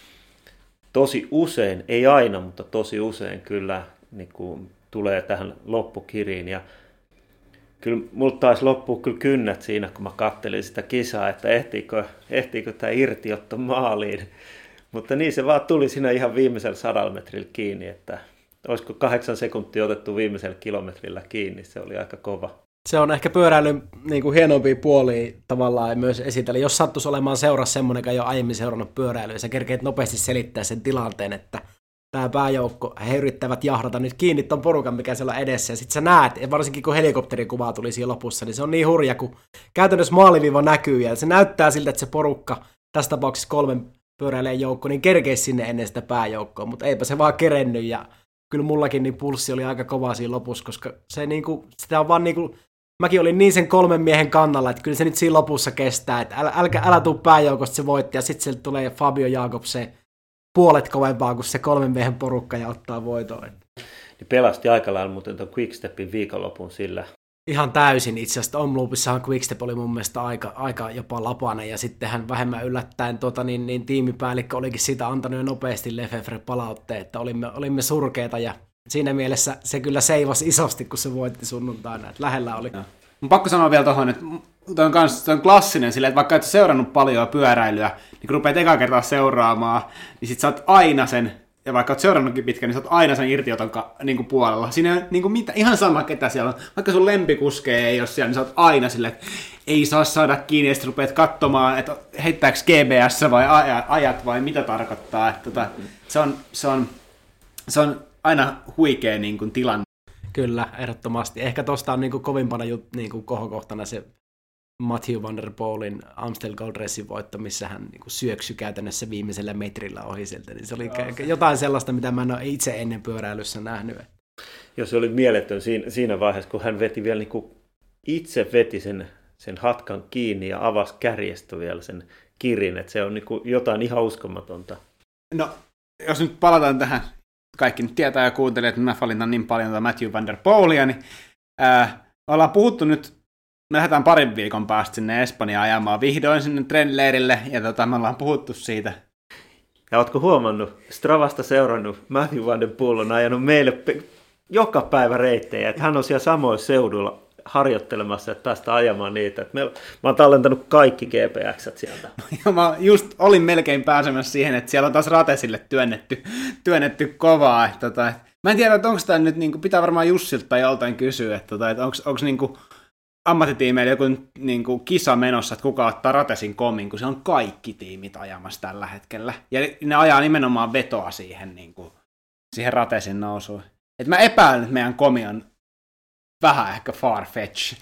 tosi usein, ei aina, mutta tosi usein kyllä niin kuin tulee tähän loppukiriin. Ja kyllä mulla taisi loppua kyllä kynnät siinä, kun mä kattelin sitä kisaa, että ehtiikö tämä irtiotto maaliin. Mutta niin se vaan tuli siinä ihan viimeisellä 100 metrillä kiinni, että olisiko 8 sekuntia otettu viimeisellä kilometrillä kiinni, se oli aika kova. Se on ehkä pyöräilyn niin kuin hienompia puolia tavallaan myös esitellä. Jos sattuisi olemaan seurassa semmoinen, joka ei ole aiemmin seurannut pyöräilyä, ja sä kerkeet nopeasti selittää sen tilanteen, että tämä pääjoukko, he yrittävät jahdata nyt kiinni ton porukan, mikä siellä on edessä, ja sit sä näet, ja varsinkin kun helikopterikuva tuli siinä lopussa, niin se on niin hurja, kun käytännössä maaliviiva näkyy, ja se näyttää siltä, että se porukka, tässä tapauksessa 3 pyöräilijän joukko, niin kerkeisi sinne ennen sitä pääjoukkoa, mutta eipä se vaan kerennyt, ja kyllä mullakin niin pulssi oli aika kova siinä lopussa, koska se niinku, sitä on vaan niinku, mäkin olin niin sen 3 miehen kannalla, että kyllä se nyt siinä lopussa kestää, että älä tuu pääjoukosta, se voitti, ja sitten sieltä tulee Fabio Jakobsen puolet kovempaa kuin se 3 miehen porukka ja ottaa voitoon. Niin pelasti aika lailla muuten tuon Quickstepin viikonlopun sillä. Ihan täysin itse asiassa. Omloopissahan Quickstep oli mun mielestä aika jopa lapainen, ja sitten hän vähemmän yllättäen tiimipäällikkö olikin siitä antanut jo nopeasti Lefevre palautteen, että olimme surkeita, ja siinä mielessä se kyllä seivasi isosti, kun se voitti sunnuntaina, että lähellä oli. Mun pakko sanoa vielä tuohon, että toi on klassinen silleen, että vaikka et seurannut paljon pyöräilyä, niin kun rupeat eka kertaa seuraamaan, niin sit sä oot aina sen, ja vaikka oot seurannutkin pitkään, niin sä oot aina sen irtioton niin kuin puolella. Siinä ei niin kuin ihan sama, ketä siellä on. Vaikka sun lempikuskeja ei ole siellä, niin sä oot aina silleen, että ei saa saada kiinni, ja sitten rupeat katsomaan, että heittääkö GBS vai ajat vai mitä tarkoittaa. Että se on aina huikea niin kuin, tilanne. Kyllä, ehdottomasti. Ehkä tuosta on niin kuin, kovimpana niin kuin, kohokohtana se Matthew Van Der Poelin Amstel Gold Racing voitto, missä hän niin kuin, syöksyi käytännössä viimeisellä metrillä ohi sieltä. Niin se oli jotain sellaista, mitä mä en ole itse ennen pyöräilyssä nähnyt. Ja se oli mieletön siinä vaiheessa, kun hän veti vielä niin kuin, itse veti sen hatkan kiinni ja avasi kärjestä vielä sen kirin, että se on niin kuin, jotain ihan uskomatonta. No, jos nyt palataan tähän, kaikki nyt tietää ja kuuntelee, että mä valitan niin paljon Matthew Van Der Poelia, niin ollaan puhuttu nyt, me lähdetään parin viikon päästä sinne Espanjaan ajamaan vihdoin sinne trendleirille, ja me ollaan puhuttu siitä. Ja ootko huomannut, Stravasta seurannut, Matthew Van Der Poel on ajanut meille joka päivä reittejä, että hän on siellä samoilla seuduilla harjoittelemassa, että päästä ajamaan niitä. Että mä oon tallentanut kaikki GPX:t sieltä. Ja mä just olin melkein pääsemässä siihen, että siellä on taas ratesille työnnetty kovaa. Mä en tiedä, että onko tämä nyt, niin pitää varmaan Jussilta tai joltain kysyä, että onko niin ammattitiimeillä joku niin kisa menossa, että kuka ottaa ratesin komin, kun se on kaikki tiimit ajamassa tällä hetkellä. Ja ne ajaa nimenomaan vetoa siihen, siihen ratesin nousuun. Et mä epäilen, että meidän komi on vähän ehkä farfetch.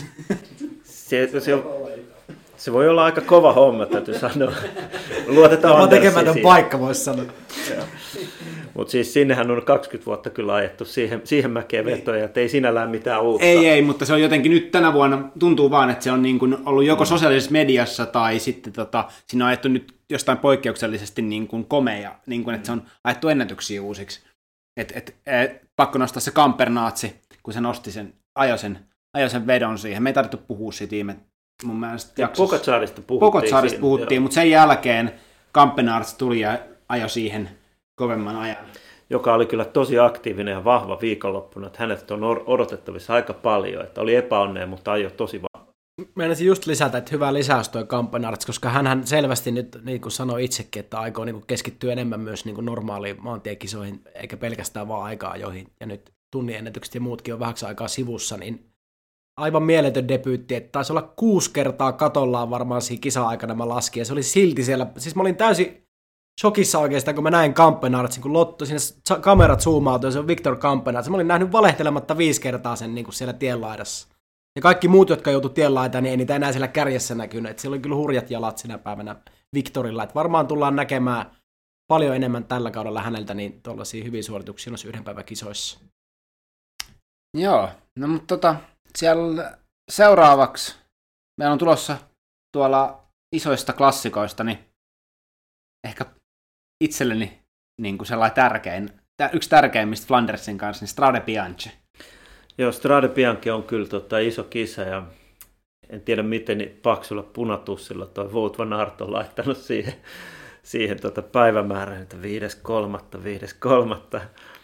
Se voi olla aika kova homma, täytyy sanoa. Luotetaan Andersiin. Tekemätön paikka, voisi sanoa. Mutta siis sinnehän on 20 vuotta kyllä ajettu siihen mäkeen vetoja, että ei sinällään mitään uutta. Ei, mutta se on jotenkin nyt tänä vuonna, tuntuu vaan, että se on niin kuin ollut joko sosiaalisessa mediassa tai sitten siinä on ajettu nyt jostain poikkeuksellisesti niin kuin komeja, niin kuin, että se on ajettu ennätyksiä uusiksi. Pakko nostaa se Kampernaatsi, kun se nosti ajoi sen vedon siihen. Me ei tarvittu puhua siitä mun mielestä jaksossa. Pogacarista puhuttiin, mutta sen jälkeen Kampernaatsi tuli ja ajoi siihen kovemman ajan. Joka oli kyllä tosi aktiivinen ja vahva viikonloppuna, että hänet on odotettavissa aika paljon, että oli epäonnea, mutta ajoi tosi vahva. Meinasin just lisätä, että hyvä lisäys toi Kampenarts, koska hän selvästi nyt, niin kuin sanoi itsekin, että aikoo niin kuin keskittyä enemmän myös niin kuin normaaliin maantiekisoihin, eikä pelkästään vaan aika-ajoihin, ja nyt tunniennätykset ja muutkin on vähäksi aikaa sivussa, niin aivan mieletön debyytti, että taisi olla 6 kertaa katollaan varmaan siinä kisa-aikana mä laskin, ja se oli silti siellä, siis mä olin täysin shokissa oikeastaan, kun mä näin Kampenartsin, kun Lotto, siinä kamerat zoomautui, ja se on Victor Kampenarts, mä olin nähnyt valehtelematta 5 kertaa sen niin kuin siellä tienlaidassa. Ja kaikki muut, jotka joutu tienlaitaan, niin ei niitä enää siellä kärjessä näkynyt. Siellä oli kyllä hurjat jalat sinä päivänä Victorilla. Et varmaan tullaan näkemään paljon enemmän tällä kaudella häneltä niin tuollaisia hyviä suorituksia noissa yhden päivän kisoissa. Joo, no mutta siellä seuraavaksi meillä on tulossa tuolla isoista klassikoista, niin ehkä itselleni niin kuin sellainen yksi tärkeimmistä Flandersin kanssa, niin Strade Bianche. Joo, Strade Bianche on kyllä iso kisa ja en tiedä miten paksulla punatussilla toi Wout van Aert on laittanut siihen päivämäärään, että 5.3.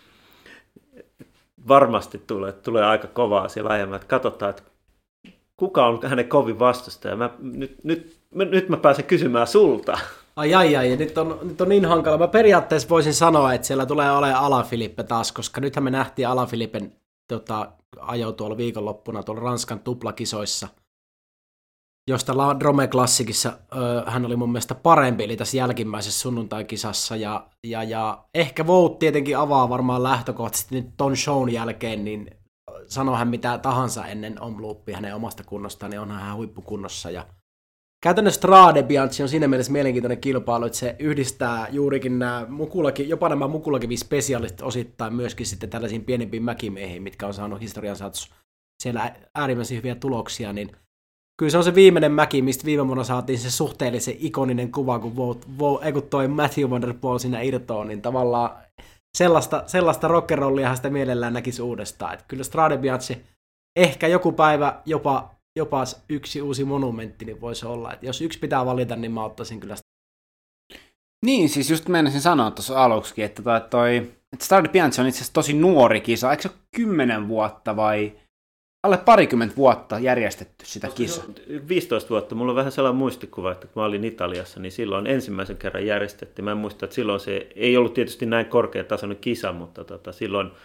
Varmasti tulee aika kovaa siellä ajamaan. Katsotaan, että kuka on hänen kovin vastustaja. Nyt mä pääsen kysymään sulta. Ai, nyt on niin hankala. Mä periaatteessa voisin sanoa, että siellä tulee olemaan Alaphilippe taas, koska nythän me nähtiin Alaphilippen ajo tuolla viikonloppuna tuolla Ranskan tuplakisoissa, josta Drome Classicissa hän oli mun mielestä parempi, eli tässä jälkimmäisessä sunnuntai-kisassa, ja ehkä Wout tietenkin avaa varmaan lähtökohtaisesti nyt ton shown jälkeen, niin sanoo hän mitä tahansa ennen Omloopia hänen omasta kunnostaan, niin onhan hän huippukunnossa, ja käytännössä Strade Bianche on siinä mielessä mielenkiintoinen kilpailu, että se yhdistää juurikin jopa nämä mukulakivi-spesiaalit osittain myöskin sitten tällaisiin pienempiin mäkimiehiin, mitkä on saanut historian saatossa siellä äärimmäisen hyviä tuloksia, niin kyllä se on se viimeinen mäki, mistä viime vuonna saatiin se suhteellisen ikoninen kuva, kun toi Matthew Van Der Poel siinä irtoon, niin tavallaan sellaista rock'n'rollia sitä mielellään näkisi uudestaan. Että kyllä Strade Bianche ehkä joku päivä jopa yksi uusi monumentti niin voisi olla. Että jos yksi pitää valita, niin mä ottaisin kyllä. Niin, siis just meinasin sanoa tuossa aluksikin, että Strade Bianche on itse asiassa tosi nuori kisa. Eikö se ole 10 vuotta vai alle 20 vuotta järjestetty sitä kisaa? 15 vuotta. Mulla on vähän sellainen muistikuva, että kun mä olin Italiassa, niin silloin ensimmäisen kerran järjestettiin. Mä en muista, että silloin se ei ollut tietysti näin korkeatasoinen kisa, mutta silloin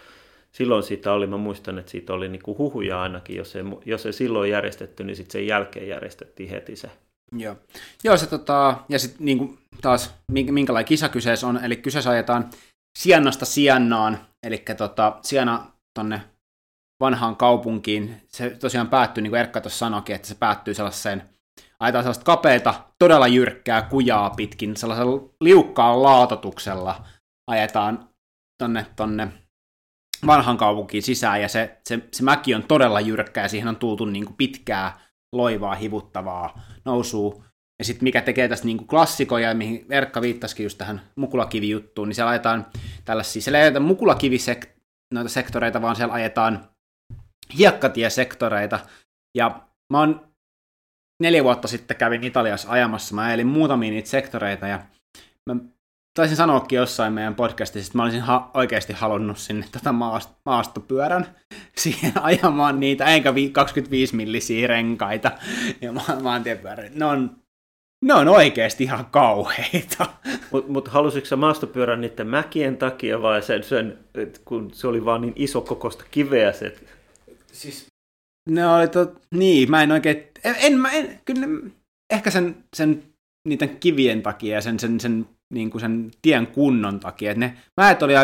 silloin siitä oli, mä muistan, että siitä oli niin kuin huhuja ainakin, jos ei silloin järjestetty, niin sitten sen jälkeen järjestettiin heti se. Joo se ja sitten niin taas minkälainen kisa kyseessä on, eli kyseessä ajetaan Siennasta Siennaan, eli Siena tonne vanhaan kaupunkiin, se tosiaan päättyy, niin kuin Erkka tuossa sanoikin, että se päättyy ajetaan sellaista kapeita, todella jyrkkää kujaa pitkin, sellaisella liukkaalla laatotuksella ajetaan tonne vanhaan kaupunkiin sisään, ja se mäki on todella jyrkkä, ja siihen on tultu niin kuin pitkää, loivaa, hivuttavaa nousua. Ja sitten mikä tekee tästä niin kuin klassikoja, mihin Erkka viittasikin just tähän mukulakivijuttuun, niin siellä ajetaan tällaisia, siellä ei ajeta mukulakivisektoreita, vaan siellä ajetaan hiekkatiesektoreita. Ja mä oon 4 vuotta sitten kävin Italiassa ajamassa, mä ajelin muutamia niitä sektoreita, ja mä taisin sanoakin jossain meidän podcastissa, että mä olisin oikeasti halunnut sinne maastopyörän siihen ajamaan niitä, enkä 25-millisiä renkaita ja maantiepyörät. Ne on oikeasti ihan kauheita. Mutta halusitko sä maastopyörän niiden mäkien takia vai sen kun se oli vaan niin iso kokoista kiveä se? Siis, ne oli niin, mä en oikein, kyllä ehkä sen niiden kivien takia ja sen niin kuin sen tien kunnon takia. Ne mäet oli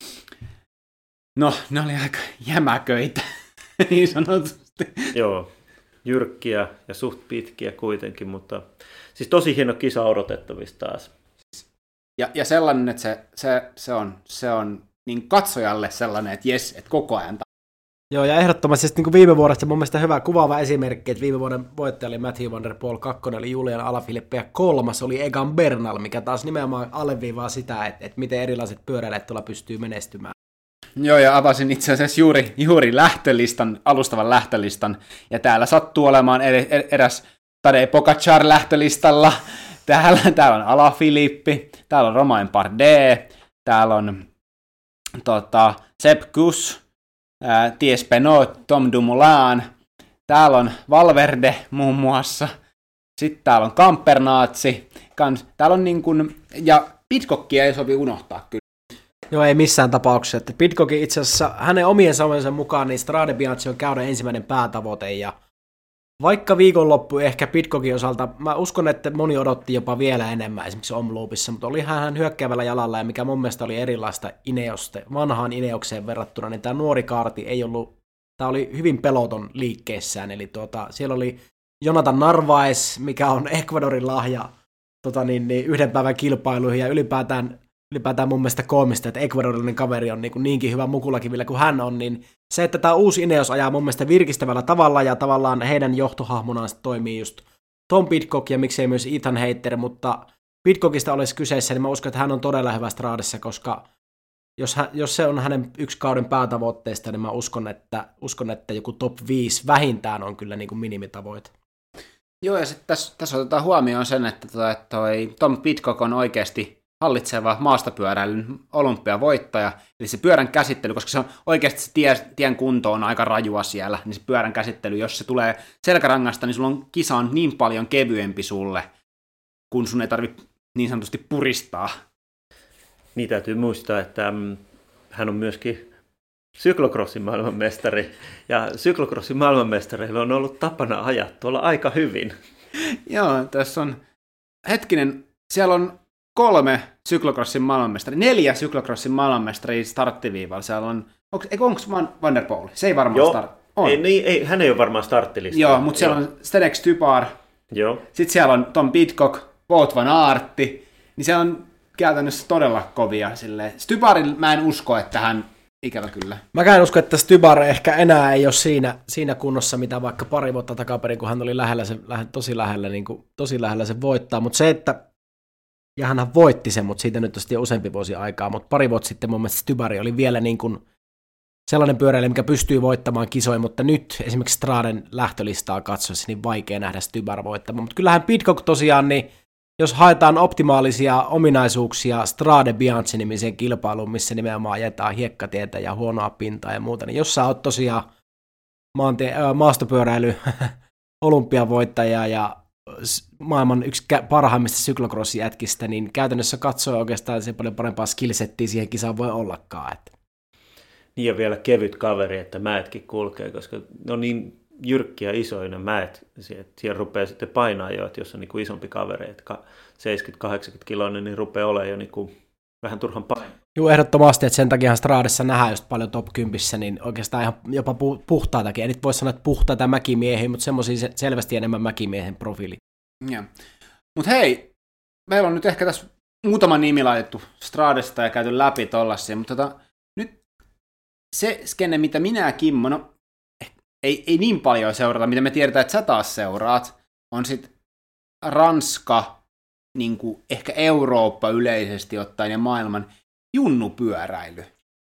ne oli aika jämäköitä, niin sanotusti. Joo, jyrkkiä ja suht pitkiä kuitenkin, mutta siis tosi hieno kisa odotettavissa taas. Ja sellainen, että se on niin katsojalle sellainen, että jes, että koko ajan. Joo, ja ehdottomasti niin kuin viime vuodesta mun mielestä hyvä kuvaava esimerkki, että viime vuoden voittaja oli Matthew van der Poel, 2 oli Julian Alaphilippe ja 3 oli Egan Bernal, mikä taas nimenomaan alleviivaa sitä, että miten erilaiset pyöräilijät tuolla pystyy menestymään. Joo, ja avasin itse asiassa juuri alustavan lähtölistan, ja täällä sattuu olemaan eräs Tadej Pogačar lähtölistalla, täällä on Alaphilippe, täällä on Romain Bardet, täällä on Sepp Kuss, Thies Pinot, Tom Dumoulin, täällä on Valverde muun muassa, sitten täällä on Campernaatsi, täällä on niin kuin, ja Pidcockia ei sovi unohtaa kyllä. Joo, ei missään tapauksessa. Että Pidcockin itse asiassa hänen omien sanojensa mukaan niin Strade Bianchi on käydä ensimmäinen päätavoite, ja vaikka viikonloppu ehkä Pidcockin osalta, mä uskon, että moni odotti jopa vielä enemmän esimerkiksi Omloopissa, mutta oli hän hyökkäävällä jalalla, ja mikä mun mielestä oli erilaista vanhaan Ineokseen verrattuna, niin tämä nuori kaarti ei ollut, tämä oli hyvin peloton liikkeessään, eli siellä oli Jonathan Narvaez, mikä on Ecuadorin lahja yhden päivän kilpailuihin, ja ylipäätään mun mielestä koomista, että ecuadorilainen kaveri on niinkin hyvä mukulakivillä kuin hän on, niin se, että tämä uusi Ineos ajaa mun mielestä virkistävällä tavalla, ja tavallaan heidän johtohahmonaan toimii just Tom Pidcock ja miksei myös Ethan Hayter, mutta Pidcockista olisi kyseessä, niin mä uskon, että hän on todella hyvä Stradessa, koska jos se on hänen yksi kauden päätavoitteista, niin mä uskon, että joku top 5 vähintään on kyllä niin kuin minimitavoite. Joo, ja sitten tässä otetaan huomioon sen, että toi Tom Pidcock on oikeasti hallitseva maastopyöräilyn olympiavoittaja, eli se pyörän käsittely, koska se on oikeasti se tien kunto on aika rajua siellä, niin se pyörän käsittely, jos se tulee selkärangasta, niin kisa on niin paljon kevyempi sulle, kun sun ei tarvitse niin sanotusti puristaa. Niin täytyy muistaa, että hän on myöskin syklocrossin maailmanmestari, ja syklocrossin maailmanmestareilla on ollut tapana ajaa tuolla aika hyvin. Joo, tässä on siellä on 3 syklocrossin maailmanmestaria, 4 syklocrossin maailmanmestaria starttiviivalla. Siellä on, onko Van der Poel? Se ei varmaan start. Ei, hän ei ole varmaan starttilistalla. Joo, mutta siellä on Zdeněk Stybar. Joo. Sitten siellä on Tom Pidcock, Wout van Aert. Niin se on käytännössä todella kovia. Stybarilla mä en usko, että hän ikävä kyllä. Mäkään usko, että Stybar ehkä enää ei ole siinä kunnossa, mitä vaikka pari vuotta takaperin, kun hän oli tosi lähellä se voittaa. Mutta se, että ja hän voitti sen, mutta siitä nyt on sitten jo useampi vuosi aikaa, mutta pari vuotta sitten mun mielestä Stybari oli vielä niin kuin sellainen pyöräilijä, mikä pystyy voittamaan kisoja, mutta nyt esimerkiksi Straden lähtölistaa katsoessa, niin vaikea nähdä Stybar voittamaan. Mutta kyllähän Pidcock tosiaan, niin jos haetaan optimaalisia ominaisuuksia Strade Bianchi-nimiseen kilpailuun, missä nimenomaan ajetaan hiekkatietä ja huonoa pintaa ja muuta, niin jos sä oot tosiaan maastopyöräily olympiavoittaja ja maailman yksi parhaimmista syklocross-jätkistä, niin käytännössä katsoo oikeastaan se paljon parempaa skillsettiä siihen kisaan voi ollakaan. niin ja vielä kevyt kaveri, että mäetkin kulkee, koska ne on niin jyrkkiä isoja ne mäet, että siellä rupeaa sitten painaa jo, että jos on niin kuin isompi kaveri, että 70-80 kiloinen, niin rupeaa olemaan jo niin kuin vähän turhan painaa. Joo, ehdottomasti, että sen takia Stradessa nähdään just paljon top 10, niin oikeastaan ihan jopa puhtaatakin. En nyt voi sanoa, että puhtaita mäkimiehiä, mutta semmoisia selvästi enemmän mäkimiehen profiili. Mutta hei, meillä on nyt ehkä tässä muutama nimi laitettu Stradesta ja käyty läpi tollasia, mutta nyt se skenne, mitä minä ja Kimmo, no ei niin paljon seurata, mitä me tiedetään, että sä taas seuraat, on sitten Ranska, niin kuin ehkä Eurooppa yleisesti ottaen ja maailman junnupyöräily.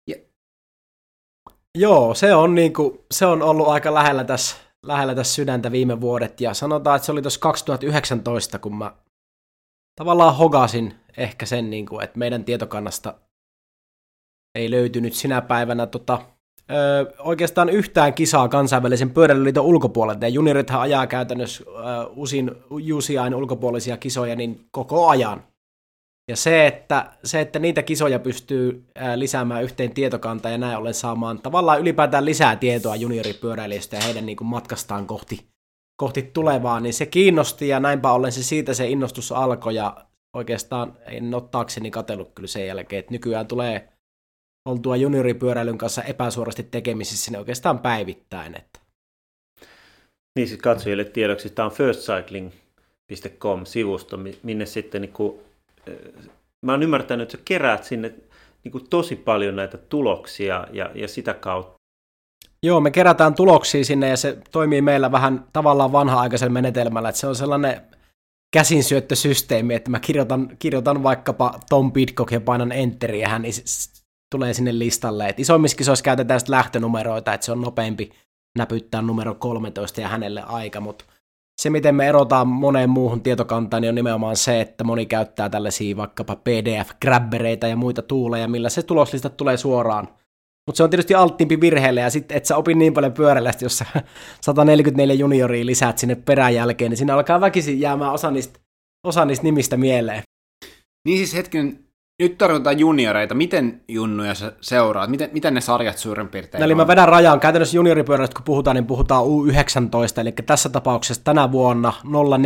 Joo, se on ollut aika lähellä tässä sydäntä viime vuodet, ja sanotaan, että se oli tuossa 2019, kun mä tavallaan hogasin ehkä sen, että meidän tietokannasta ei löytynyt sinä päivänä oikeastaan yhtään kisaa kansainvälisen pyöräilyliiton ulkopuolelta, ja juniorithan ajaa käytännössä UCI:n ulkopuolisia kisoja niin koko ajan. Ja se, että niitä kisoja pystyy lisäämään yhteen tietokantaan ja näin ollen saamaan tavallaan ylipäätään lisää tietoa junioripyöräilijöistä ja heidän niin kuin matkastaan kohti tulevaa, niin se kiinnosti ja näinpä ollen siitä se innostus alkoi ja oikeastaan en ole taakseni katsellut kyllä sen jälkeen, että nykyään tulee oltua junioripyöräilyn kanssa epäsuorasti tekemisissä niin oikeastaan päivittäin. Että. Niin siis katsojille tiedoksi, tämä on firstcycling.com-sivusto, minne sitten niinku mä oon ymmärtänyt, että sä keräät sinne niin tosi paljon näitä tuloksia ja sitä kautta. Joo, me kerätään tuloksia sinne ja se toimii meillä vähän tavallaan vanha-aikaisella menetelmällä, että se on sellainen käsinsyöttösysteemi, että mä kirjoitan vaikkapa Tom Pidcock ja painan enteriä ja hän tulee sinne listalle. Et isommissa kisoissa käytetään sitten lähtönumeroita, että se on nopeampi näpyttää numero 13 ja hänelle aika, mutta se, miten me erotaan moneen muuhun tietokantaan, niin on nimenomaan se, että moni käyttää tällaisia vaikkapa PDF-grabbereita ja muita tuuleja, millä se tuloslistat tulee suoraan. Mutta se on tietysti alttiimpi virheelle, ja sitten et sä opi niin paljon pyöräilystä, jos sä 144 junioria lisäät sinne perän jälkeen, niin siinä alkaa väkisin jäämään osa niistä nimistä mieleen. Niin siis hetken, nyt tarkoitetaan junioreita. Miten junnuja sä seuraat? Miten ne sarjat suurin piirtein Eli mä vedän rajaan. Käytännössä junioripyöräilystä, kun puhutaan, niin puhutaan U19, eli tässä tapauksessa tänä vuonna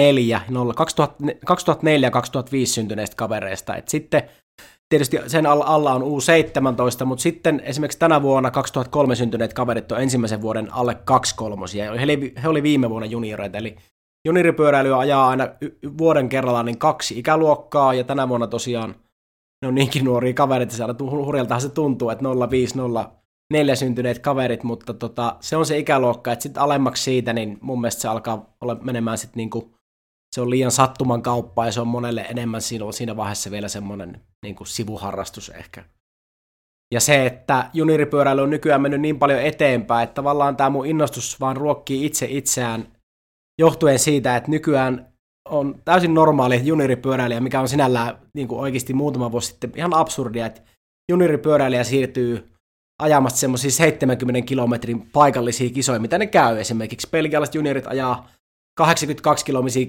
2004-2005 syntyneistä kavereista. Et sitten tietysti sen alla on U17, mutta sitten esimerkiksi tänä vuonna 2003 syntyneet kaverit on ensimmäisen vuoden alle 2/3. He oli viime vuonna junioreita, eli junioripyöräilyä ajaa aina vuoden kerrallaan niin 2 ikäluokkaa, ja tänä vuonna tosiaan ne on niinkin nuoria kaverit, ja hurjaltahan se tuntuu, että 05-04 syntyneet kaverit, mutta se on se ikäluokka, että sitten alemmaksi siitä, niin mun mielestä se alkaa olla menemään sitten niinku, se on liian sattuman kauppaa, ja se on monelle enemmän siinä vaiheessa vielä semmoinen niinku sivuharrastus ehkä. Ja se, että junioripyöräily on nykyään mennyt niin paljon eteenpäin, että tavallaan tämä mun innostus vaan ruokkii itseään johtuen siitä, että nykyään on täysin normaali junioripyöräilijä, mikä on sinällään niin kuin oikeasti muutama vuosi sitten ihan absurdia, että junioripyöräilijä siirtyy ajamasta semmoisia 70 kilometrin paikallisia kisoja, mitä ne käy. Esimerkiksi belgialaiset juniorit ajaa 82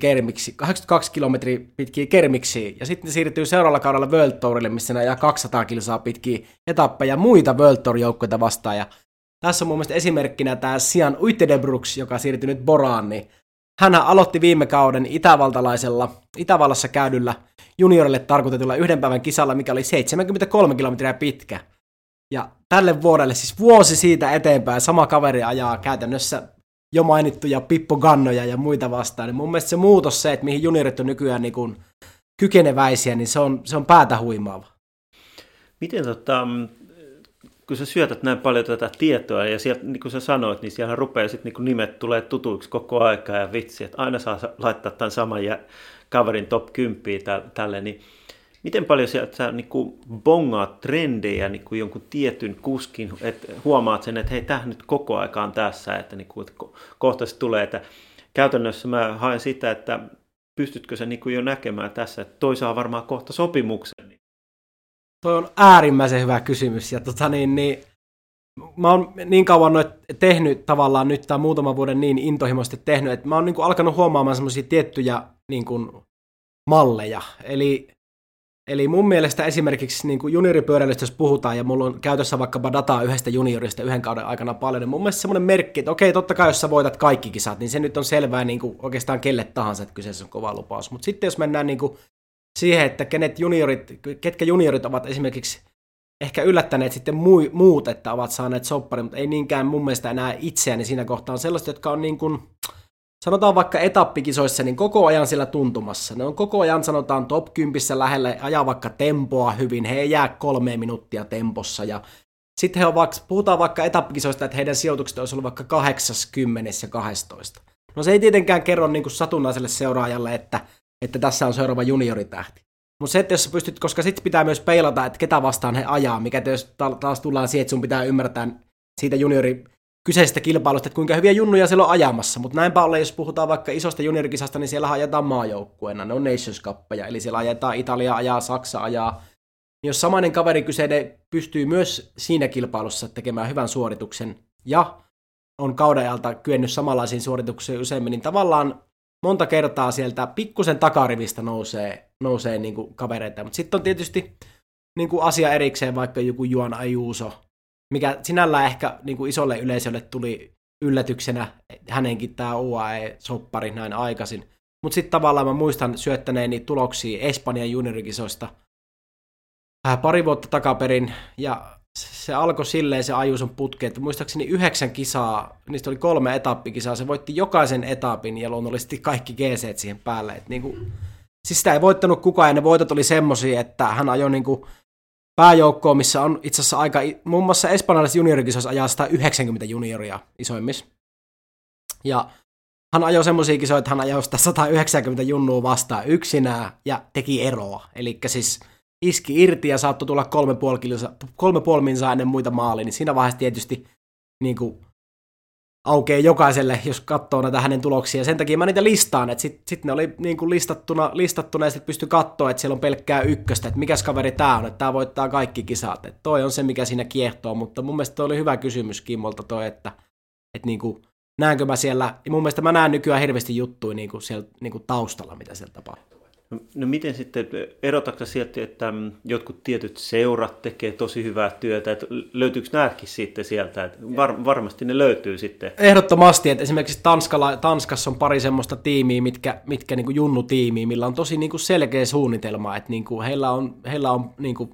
kilometriä pitkiä kermiksiä, ja sitten ne siirtyy seuraavalla kaudella World Tourille, missä ne ajaa 200 kilsaa pitkiä etappeja muita World Tour-joukkoita vastaan. Ja tässä on mun mielestä esimerkkinä tämä Sian Uitedebrooks, joka siirtyi nyt Boraan, niin hänhän aloitti viime kauden Itävallassa käydyllä juniorille tarkoitetulla yhden päivän kisalla, mikä oli 73 kilometriä pitkä. Ja tälle vuodelle, siis vuosi siitä eteenpäin, sama kaveri ajaa käytännössä jo mainittuja Pippo Gannoja ja muita vastaan. Niin mun mielestä se muutos, se, että mihin juniorit on nykyään niin kuin kykeneväisiä, niin se on päätä huimaava. Miten kun sä syötät näin paljon tätä tietoa, ja sieltä, niin kuin sä sanoit, niin siellä rupeaa sitten niin nimet tulee tutuiksi koko aikaa, ja vitsi, että aina saa laittaa tämän saman kaverin top 10 tälle, niin miten paljon sieltä sä niin bongaat trendejä niin jonkun tietyn kuskin, että huomaat sen, että hei, tämä nyt koko aika on tässä, että, niin kuin, että kohta se tulee, että käytännössä mä haen sitä, että pystytkö sä niin jo näkemään tässä, että toi saa varmaan kohta sopimuksen. Toi on äärimmäisen hyvä kysymys, ja mä oon niin kauan tehnyt tavallaan nyt tai muutaman vuoden niin intohimoisesti tehnyt, että mä oon niin kuin alkanut huomaamaan semmoisia tiettyjä niin kuin malleja, eli Eli mun mielestä esimerkiksi niin kuin junioripyöräilystä, jos puhutaan, ja mulla on käytössä vaikkapa dataa yhdestä juniorista yhden kauden aikana paljon, niin mun mielestä semmoinen merkki, että okei, totta kai jos sä voitat kaikki kisat, niin se nyt on selvää niin kuin oikeastaan kelle tahansa, että kyseessä on kova lupaus. Mutta sitten jos mennään niin kuin siihen, että ketkä juniorit ovat esimerkiksi ehkä yllättäneet sitten muut, että ovat saaneet sopparin, mutta ei niinkään mun mielestä enää itseäni siinä kohtaa on sellaiset, jotka on niin kuin, sanotaan vaikka etappikisoissa, niin koko ajan siellä tuntumassa. Ne on koko ajan, sanotaan, top 10 lähellä, ajaa vaikka tempoa hyvin, he ei jää 3 minuuttia tempossa. Ja sitten puhutaan vaikka etappikisoista, että heidän sijoitukset olisi ollut vaikka 8, 10 ja 12. No se ei tietenkään kerro niin kuin satunnaiselle seuraajalle, että tässä on seuraava junioritähti. Mutta se, että jos pystyt, koska sitten pitää myös peilata, että ketä vastaan he ajaa, mikä taas tullaan siihen, että sun pitää ymmärtää siitä kyseisestä kilpailusta, että kuinka hyviä junnuja siellä on ajamassa, mutta näinpä ollen, jos puhutaan vaikka isosta juniorikisasta, niin siellä ajetaan maajoukkueena, ne on Nations Cuppeja, eli siellä ajetaan Italia ajaa, Saksa ajaa. Jos samainen kaveri kyseinen pystyy myös siinä kilpailussa tekemään hyvän suorituksen ja on kauden ajalta kyennyt samanlaisiin suorituksiin useimmin, niin tavallaan monta kertaa sieltä pikkusen takarivistä nousee niin kuin kavereita, mutta sitten on tietysti niin kuin asia erikseen vaikka joku Juan Ayuso, mikä sinällään ehkä niin kuin isolle yleisölle tuli yllätyksenä hänenkin tämä UAE-soppari näin aikaisin. Mutta sitten tavallaan mä muistan syöttäneeni tuloksia Espanjan juniorikisoista pari vuotta takaperin, ja se alkoi silleen se Ayuson putki, että muistaakseni 9 kisaa, niistä oli 3 etappikisaa, se voitti jokaisen etapin ja luonnollisesti kaikki GC:t siihen päälle. Et niinku, siis sitä ei voittanut kukaan, ja ne voitot oli semmosia, että hän ajoi niinku pääjoukkoon, missä on itse asiassa aika, muun muassa espanjalaisissa juniorikisoissa ajaa 190 junioria isoimmissa. Ja hän ajoi semmoisia kisoja, että hän ajoi 190 junnua vastaan yksinään ja teki eroa. Eli siis iski irti ja saattoi tulla 3,5 minsaa ennen muita maaliin, niin siinä vaiheessa tietysti niin kuin aukeaa jokaiselle, jos katsoo näitä hänen tuloksia. Sen takia mä niitä listaan, että sitten ne oli niin kuin listattuna ja sitten pystyi katsoa, että siellä on pelkkää ykköstä, että mikäs kaveri tää on, että tää voittaa kaikki kisat. Että toi on se, mikä siinä kiehtoo, mutta mun mielestä toi oli hyvä kysymys Kimmolta toi, että niin kuin, näenkö mä siellä, mun mielestä mä näen nykyään hirveästi juttuja niin kuin siellä niin kuin taustalla, mitä siellä tapahtuu. No miten sitten, erotatko sieltä, että jotkut tietyt seurat tekee tosi hyvää työtä, että löytyykö nämäkin sitten sieltä, että varmasti ne löytyy sitten? Ehdottomasti, että esimerkiksi Tanskassa on pari semmoista tiimiä, mitkä niin kuin junnutiimiä, millä on tosi niin kuin selkeä suunnitelma, että niin kuin heillä on niin kuin,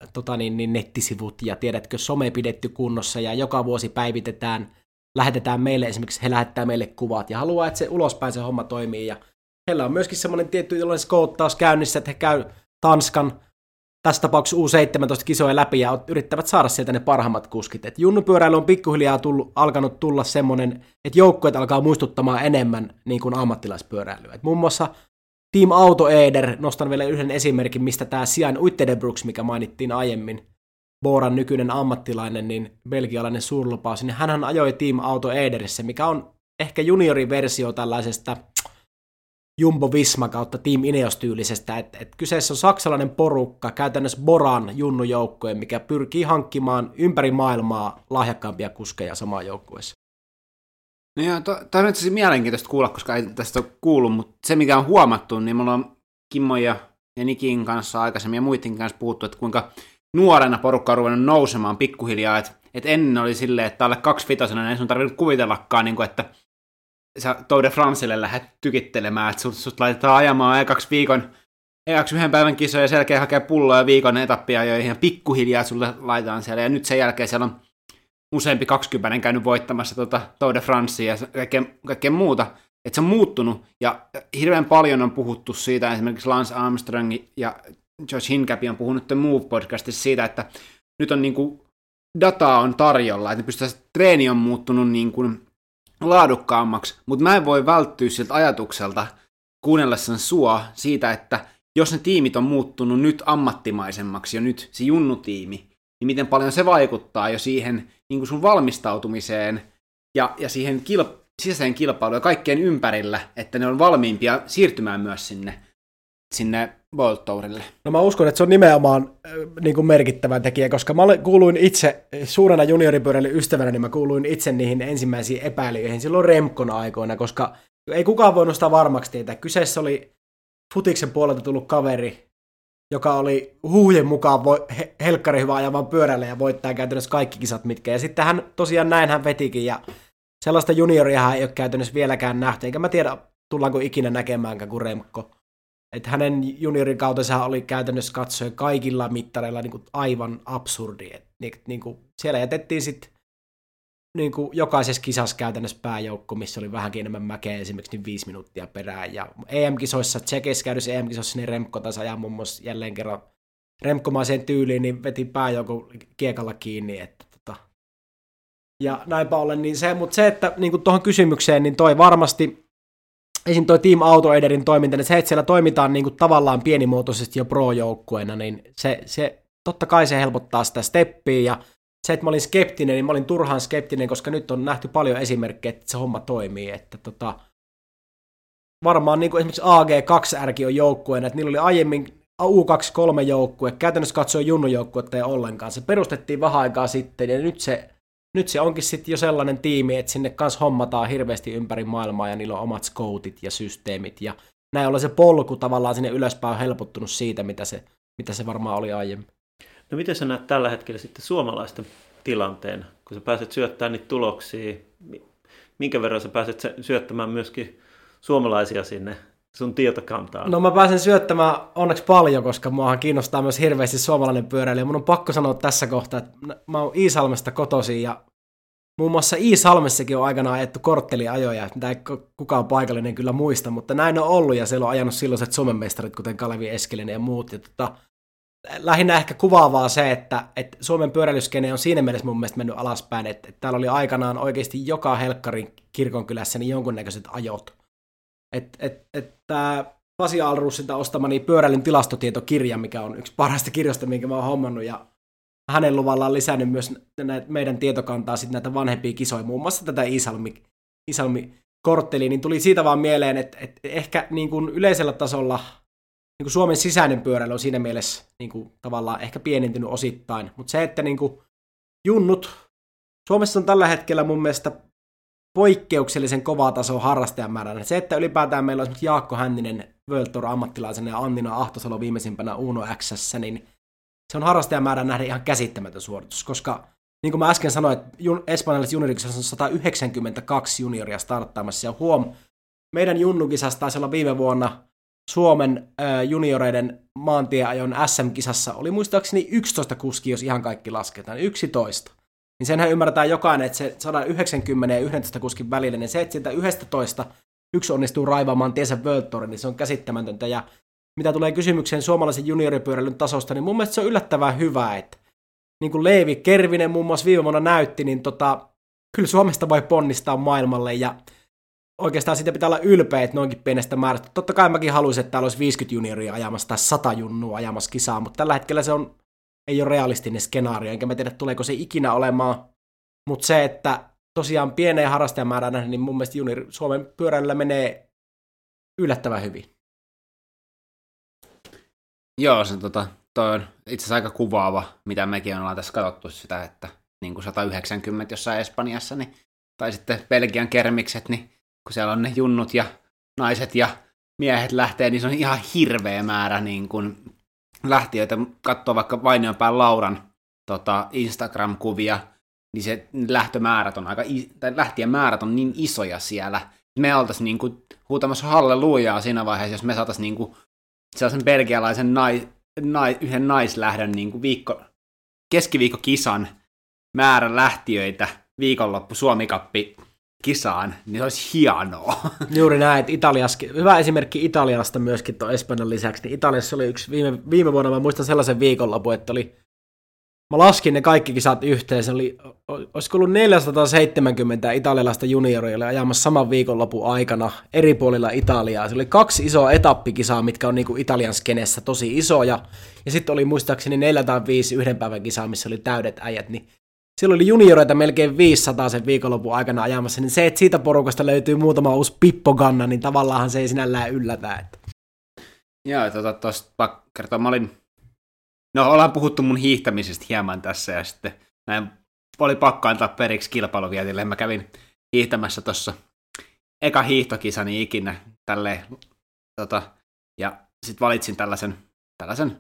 nettisivut ja tiedätkö, some pidetty kunnossa ja joka vuosi päivitetään, lähetetään meille, esimerkiksi he lähettää meille kuvat ja haluaa, että se ulospäin se homma toimii ja heillä on myöskin semmoinen tietty skouttaus käynnissä, että he käy Tanskan, tässä tapauksessa U17-kisoja läpi ja yrittävät saada sieltä ne parhaimmat kuskit. Et junnupyöräily on pikkuhiljaa alkanut tulla semmoinen, että joukkueet alkaa muistuttamaan enemmän niin kuin ammattilaispyöräilyä. Et muun muassa Team Auto Eder, nostan vielä yhden esimerkin, mistä tämä Sian Uitedebrooks, mikä mainittiin aiemmin, Boran nykyinen ammattilainen, niin belgialainen suurlupaus, niin hänhän ajoi Team Auto Ederissä, mikä on ehkä junioriversio tällaisesta Jumbo Visma kautta Team Ineos-tyylisestä, että kyseessä on saksalainen porukka, käytännössä Boran junnujoukkoja, mikä pyrkii hankkimaan ympäri maailmaa lahjakkaampia kuskeja samaan joukkueessa. No joo, tämä on itse mielenkiintoista kuulla, koska ei tästä ole kuullut, mutta se mikä on huomattu, niin mulla on Kimmon ja Nikin kanssa aikaisemmin ja muidenkin kanssa puhuttu, että kuinka nuorena porukka on ruvennut nousemaan pikkuhiljaa, että ennen oli silleen, että alle 2-vitosena ei sun tarvinnut kuvitellakaan, niin kuin, että sä Tour de Francelle lähdet tykittelemään, että sut laitetaan ajamaan ekaksi yhden päivän kisoja ja sen jälkeen hakee pulloa ja viikon etappia, joihin pikkuhiljaa sulle laitetaan siellä. Ja nyt sen jälkeen siellä on useampi 20 käynyt voittamassa Tour de Francea ja kaikkea muuta. Että se on muuttunut ja hirveän paljon on puhuttu siitä, esimerkiksi Lance Armstrong ja Josh Hincapie on puhunut The Move-podcastissa siitä, että nyt on niinku dataa on tarjolla, että treeni on muuttunut niin kuin laadukkaammaksi, mutta mä en voi välttyä siltä ajatukselta kuunnellessani sua siitä, että jos ne tiimit on muuttunut nyt ammattimaisemmaksi jo nyt, se junnutiimi, niin miten paljon se vaikuttaa jo siihen niin kuin sun valmistautumiseen ja siihen sisäiseen kilpailuun ja kaikkeen ympärillä, että ne on valmiimpia siirtymään myös sinne World Tourille. No mä uskon, että se on nimenomaan niin kuin merkittävä tekijä, koska mä kuuluin itse suurena junioripyöräilyn ystävänä, niin mä kuuluin itse niihin ensimmäisiin epäilyihin silloin Remkon aikoina, koska ei kukaan voinut sitä varmaksi tietää. Kyseessä oli futiksen puolelta tullut kaveri, joka oli huhujen mukaan helkkari hyvä ajamaan pyörällä ja voittaa käytännössä kaikki kisat mitkä. Ja sitten hän tosiaan näin hän vetikin, ja sellaista junioria ei ole käytännössä vieläkään nähty, eikä mä tiedä, tullaanko ikinä näkemäänkään kuin Remco. Että hänen juniorikautensa oli käytännössä katsoen kaikilla mittareilla niin kuin aivan absurdi. Niin kuin siellä jätettiin sitten niin kuin jokaisessa kisassa käytännössä pääjoukko, missä oli vähänkin enemmän mäkeä, esimerkiksi niin 5 minuuttia perään. Ja EM-kisoissa, Tsekeissä käydyissä EM-kisoissa, niin Remco taisi ajaa muun muassa jälleen kerran Remcomaiseen tyyliin, niin veti pääjoukon kiekalla kiinni. Ja näinpä ollen, niin mutta se, että niin tuohon kysymykseen, niin toi varmasti, esim. Toi Team Autoederin toiminta, niin se, että siellä toimitaan niin kuin tavallaan pienimuotoisesti jo pro-joukkueena, niin se totta kai se helpottaa sitä steppiä, ja se, että mä olin skeptinen, niin mä olin turhaan skeptinen, koska nyt on nähty paljon esimerkkejä, että se homma toimii, että varmaan niin kuin esimerkiksi AG2R on joukkueena, että niillä oli aiemmin U23 joukkue, käytännössä katsoi junnujoukkuetta ei ollenkaan, se perustettiin vähän aikaa sitten, ja nyt se onkin sitten jo sellainen tiimi, että sinne kanssa hommataan hirveästi ympäri maailmaa, ja niillä on omat scoutit ja systeemit, ja näin ollen se polku tavallaan sinne ylöspäin on helpottunut siitä, mitä se varmaan oli aiemmin. No miten sä näet tällä hetkellä sitten suomalaisten tilanteen, kun sä pääset syöttämään niitä tuloksia, minkä verran sä pääset syöttämään myöskin suomalaisia sinne sun tietokantaan? No mä pääsen syöttämään onneksi paljon, koska muahan kiinnostaa myös hirveästi suomalainen pyöräilijä. Mun on pakko sanoa tässä kohtaa, että mä oon Iisalmesta kotoisin, ja muun muassa Iisalmessakin on aikanaan ajettu kortteliajoja, mitä ei kukaan paikallinen kyllä muista, mutta näin on ollut, ja siellä on ajanut silloiset Suomen mestarit, kuten Kalevi Eskelinen ja muut. Ja lähinnä ehkä kuvaavaa se, että Suomen pyöräilyskene on siinä mielessä mun mielestä mennyt alaspäin, että täällä oli aikanaan oikeasti joka helkkarin kirkonkylässä niin jonkunnäköiset ajot. Että Pasi Alrussilta ostamani pyöräilyn tilastotietokirja, mikä on yksi parhaista kirjoista, minkä mä oon hommannut, ja hänen luvallaan lisännyt myös meidän tietokantaa sitten näitä vanhempia kisoja, muun muassa tätä Iisalmi-kortteliä, niin tuli siitä vaan mieleen, että ehkä niin kuin yleisellä tasolla niin kuin Suomen sisäinen pyöräily on siinä mielessä niin kuin tavallaan ehkä pienentynyt osittain, mutta se, että niin kuin junnut, Suomessa on tällä hetkellä mun mielestä poikkeuksellisen kova taso harrastajamääränä. Se, että ylipäätään meillä on esimerkiksi Jaakko Hänninen World Tour ammattilaisena ja Annina Ahtosalo viimeisimpänä Uno X:ssä, niin se on harrastajamäärän nähden ihan käsittämätön suoritus, koska niin kuin mä äsken sanoin, että espanjalaisessa juniorikisassa on 192 junioria starttaamassa, ja meidän junnukisassa taisi olla viime vuonna Suomen junioreiden maantieajon SM-kisassa oli muistaakseni 11 kuskia, jos ihan kaikki lasketaan, 11. Niin senhän ymmärretään jokainen, että se 190 ja 11 kuskin välillä, niin se, että sieltä 11 yksi onnistuu raivaamaan tiensä World Tourin, niin se on käsittämätöntä. Ja mitä tulee kysymykseen suomalaisen junioripyöräilyn tasosta, niin mun mielestä se on yllättävän hyvä, että niin kuin Leevi Kervinen muun muassa viime vuonna näytti, niin kyllä Suomesta voi ponnistaa maailmalle, ja oikeastaan siitä pitää olla ylpeä, että noinkin pienestä määrästä. Totta kai mäkin haluaisin, että täällä olisi 50 junioria ajamassa tai 100 junnua ajamassa kisaa, mutta tällä hetkellä se ei ole realistinen skenaario, enkä mä tiedä, tuleeko se ikinä olemaan. Mutta se, että tosiaan pieneen harrastajamäärään, niin mun mielestä Suomen pyöräilyllä menee yllättävän hyvin. Joo, se toi on itse asiassa aika kuvaava, mitä mekin ollaan tässä katsottu sitä, että niin kuin 190 jossain Espanjassa, niin, tai sitten Belgian kermikset, niin kun siellä on ne junnut ja naiset ja miehet lähtee, niin se on ihan hirveä määrä niin kuin lähtiöitä. Katsoo vaikka Vainionpään Lauran Instagram-kuvia, niin se lähtömäärät on lähtien määrät on niin isoja siellä. Me oltaisiin niin kuin huutamassa hallelujaa siinä vaiheessa, jos me saataisiin niin kuin sellaisen belgialaisen yhden naislähdön niin kuin keskiviikkokisan määrän lähtiöitä viikonloppu Suomi-kappi kisaan, niin se olisi hienoa. Juuri näin, että Italiaskin, hyvä esimerkki Italiasta myöskin tuon Espanjan lisäksi, niin Italiassa oli yksi viime vuonna, mä muistan sellaisen viikonlopun, että mä laskin ne kaikki kisat yhteen, se olisiko ollut 470 italialaista junioria ajamassa saman viikonlopun aikana eri puolilla Italiaa. Se oli 2 isoa etappikisaa, mitkä on niin kuin Italian skenessä tosi isoja, ja sitten oli muistaakseni 4 tai 5 yhden päivän kisaa, missä oli täydet äijät, niin siellä oli junioreita melkein 500 sen viikonlopun aikana ajamassa, niin se, että siitä porukasta löytyy muutama uusi pippoganna, niin tavallaan se ei sinällään yllätä. Että. Joo, tuosta kertoa, ollaan puhuttu mun hiihtämisestä hieman tässä, ja sitten näin oli pakko antaa periksi kilpailuvietille. Mä kävin hiihtämässä tuossa eka hiihtokisani ikinä, tälleen, ja sitten valitsin tällaisen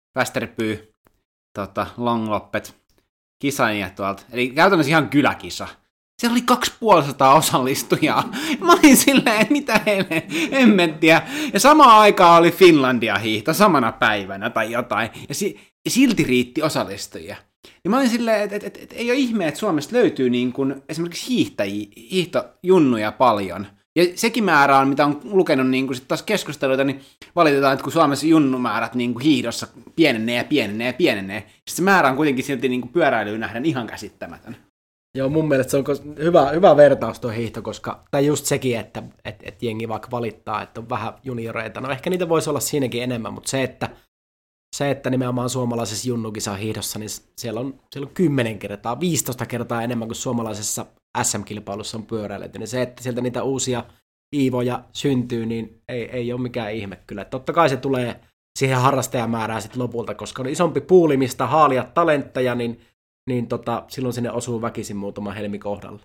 Västerpyy, Longloppet, kisajia tuolta. Eli käytännössä ihan kyläkisa. Siellä oli 250 osallistujaa. Mä olin silleen, että mitä hemmettiä. Ja samaan aikaan oli Finlandia-hiihto samana päivänä tai jotain. Ja silti riitti osallistujia. Ja mä olin silleen, että ei ole ihme, että Suomesta löytyy niin kuin esimerkiksi hiihtojunnuja paljon. Ja sekin määrä on, mitä on lukenut niin kuin sit taas keskusteluita, niin valitetaan, että kun Suomessa junnumäärät niin kuin hiihdossa pienenee. Sitten se määrä on kuitenkin silti niin kuin pyöräilyyn nähden ihan käsittämätön. Joo, mun mielestä se on hyvä vertaus tuo hiihto, tai just sekin, että jengi vaikka valittaa, että on vähän junioreita. No ehkä niitä voisi olla siinäkin enemmän, mutta se, että nimenomaan suomalaisessa junnukisa hiihdossa, niin siellä on 10 kertaa, 15 kertaa enemmän kuin suomalaisessa SM-kilpailussa on pyöräilijöitä. Niin se, että sieltä niitä uusia Iivoja syntyy, niin ei ole mikään ihme kyllä. Totta kai se tulee siihen harrastajamäärään sitten lopulta, koska on isompi puuli, mistä haalia talentteja, niin silloin sinne osuu väkisin muutama helmi kohdalla.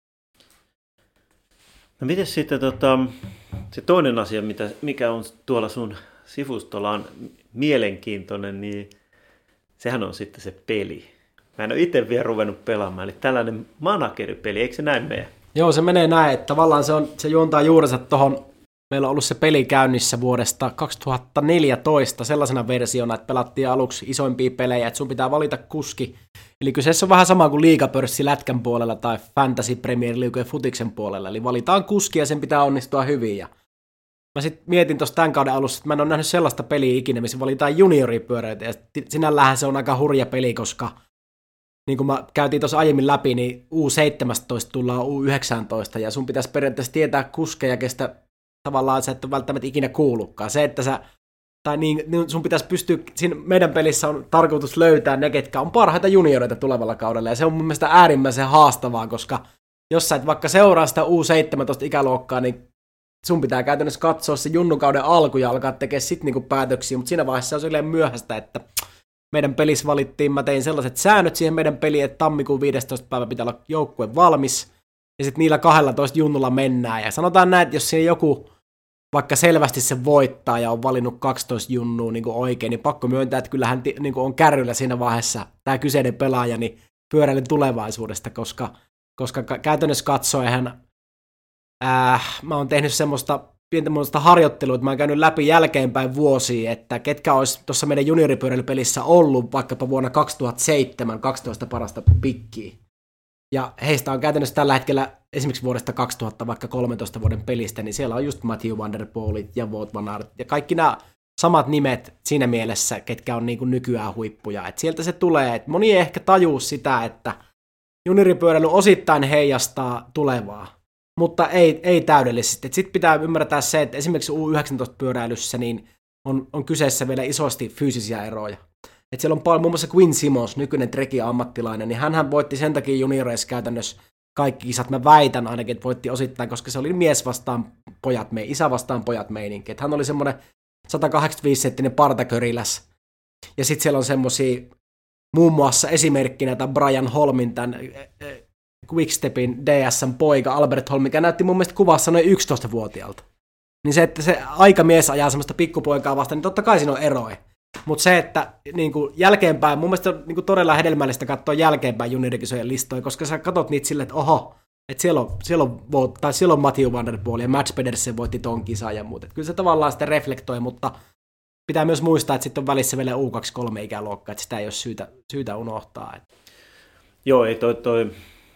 No miten sitten se toinen asia, mikä on tuolla sun sivustolla on mielenkiintoinen, niin sehän on sitten se peli. Mä en ole itse vielä ruvennut pelaamaan, eli tällainen manageripeli, eikö se näin mene? Joo, se menee näin, että tavallaan se juontaa juurensa tuohon, meillä on ollut se peli käynnissä vuodesta 2014 sellaisena versiona, että pelattiin aluksi isoimpia pelejä, että sun pitää valita kuski. Eli kyseessä on vähän sama kuin liigapörssi lätkän puolella tai Fantasy Premier League futiksen puolella, eli valitaan kuski ja sen pitää onnistua hyvin. Ja mä sitten mietin tuossa tämän kauden alussa, että mä en ole nähnyt sellaista peliä ikinä, missä valitaan junioripyöräilijöitä, ja sinällähän se on aika hurja peli, koska niin kuin mä käytiin tuossa aiemmin läpi, niin U17 tullaan U19, ja sun pitäisi periaatteessa tietää kuskeja, kestä tavallaan sä et ole välttämättä ikinä kuullutkaan. Se, että sun pitäisi pystyä, siinä meidän pelissä on tarkoitus löytää ne, ketkä on parhaita junioreita tulevalla kaudella, ja se on mun mielestä äärimmäisen haastavaa, koska jos sä et vaikka seuraa sitä U17-ikäluokkaa, niin sun pitää käytännössä katsoa se junnukauden alku ja alkaa tekemään sitten niinku päätöksiä, mutta siinä vaiheessa on silleen myöhäistä, että meidän pelissä valittiin, mä tein sellaiset säännöt siihen meidän peliin, että tammikuun 15. päivä pitää olla joukkue valmis, ja sitten niillä 12 junnulla mennään, ja sanotaan näin, että jos siinä joku vaikka selvästi se voittaa ja on valinnut 12 junnua niin oikein, niin pakko myöntää, että kyllähän niin on kärryllä siinä vaiheessa tämä kyseinen pelaaja niin pyöräilyn tulevaisuudesta, koska käytännössä katsoen mä oon tehnyt semmoista pientä harjoittelua, että mä oon käynyt läpi jälkeenpäin vuosia, että ketkä olisi tuossa meidän junioripyöräilypelissä ollut vaikkapa vuonna 2007 12 parasta pikkiä. Ja heistä on käytännössä tällä hetkellä esimerkiksi vuodesta 2000 vaikka 13 vuoden pelistä, niin siellä on just Matthew Van Der Poolit ja Wout van Aert ja kaikki nämä samat nimet siinä mielessä, ketkä on niin kuin nykyään huippuja. Et sieltä se tulee, että moni ei ehkä tajuu sitä, että junioripyöräily osittain heijastaa tulevaa, mutta ei täydellisesti. Sitten pitää ymmärtää se, että esimerkiksi U19-pyöräilyssä niin on kyseessä vielä isosti fyysisiä eroja. Et siellä on paljon, muun muassa Quinn Simmons, nykyinen trekin ammattilainen, niin hänhän voitti sen takia junioreissa käytännössä kaikki kisat. Mä väitän ainakin, että voitti osittain, koska se oli mies vastaan pojat, isä vastaan pojat meininki. Et hän oli semmoinen 185-senttinen partaköriläs. Ja sitten siellä on semmosia, muun muassa esimerkkinä tämän Brian Holmin, tämän Quickstepin DS:n poika Albert Holm, mikä näytti mun mielestä kuvassa noin 11-vuotiaalta. Niin se, että se aikamies ajaa semmoista pikkupoikaa vastaan, niin totta kai siinä on eroja. Mutta se, että niin kuin jälkeenpäin, mun mielestä on niin kuin todella hedelmällistä katsoa jälkeenpäin juniorikisojen listoja, koska sä katot niitä silleen, että oho, että siellä on Matthew Van Der Poel ja Mats Pedersen voitti ton kisan ja muut. Kyllä se tavallaan sitten reflektoi, mutta pitää myös muistaa, että sitten on välissä vielä U23-ikäluokka, että sitä ei ole syytä unohtaa. Joo, ei toi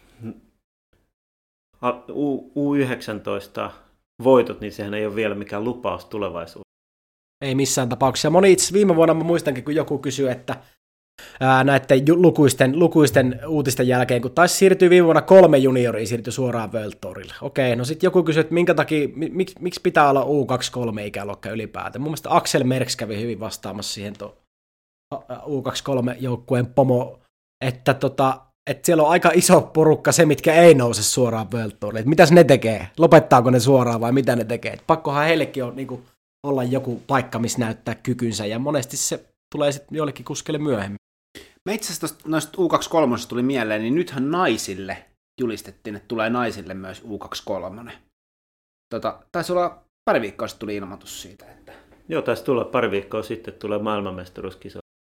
U19 voitot, niin sehän ei ole vielä mikään lupaus tulevaisuudessa. Ei missään tapauksessa. Moni itse viime vuonna mä muistankin, kun joku kysyi, että näiden lukuisten uutisten jälkeen, kun taisi siirtyä viime vuonna 3 junioria, siirtyi suoraan World Tourille. Okei, no sitten joku kysyi, että minkä takia, miksi pitää olla U23-ikäluokka ylipäätään. Mun mielestä Axel Merckx kävi hyvin vastaamassa siihen U23-joukkueen pomo, että siellä on aika iso porukka se, mitkä ei nouse suoraan World Tourille. Että mitäs ne tekee? Lopettaako ne suoraan vai mitä ne tekee? Et pakkohan heillekin on niinku olla joku paikka, missä näyttää kykynsä, ja monesti se tulee sitten joillekin kuskelle myöhemmin. Mä itse asiassa noista U23 tuli mieleen, niin nythän naisille julistettiin, että tulee naisille myös U23. Taisi olla pari viikkoa sitten tuli ilmoitus siitä. Että... Joo, taisi tulla pari viikkoa sitten, tulee maailmanmestaruuskiso.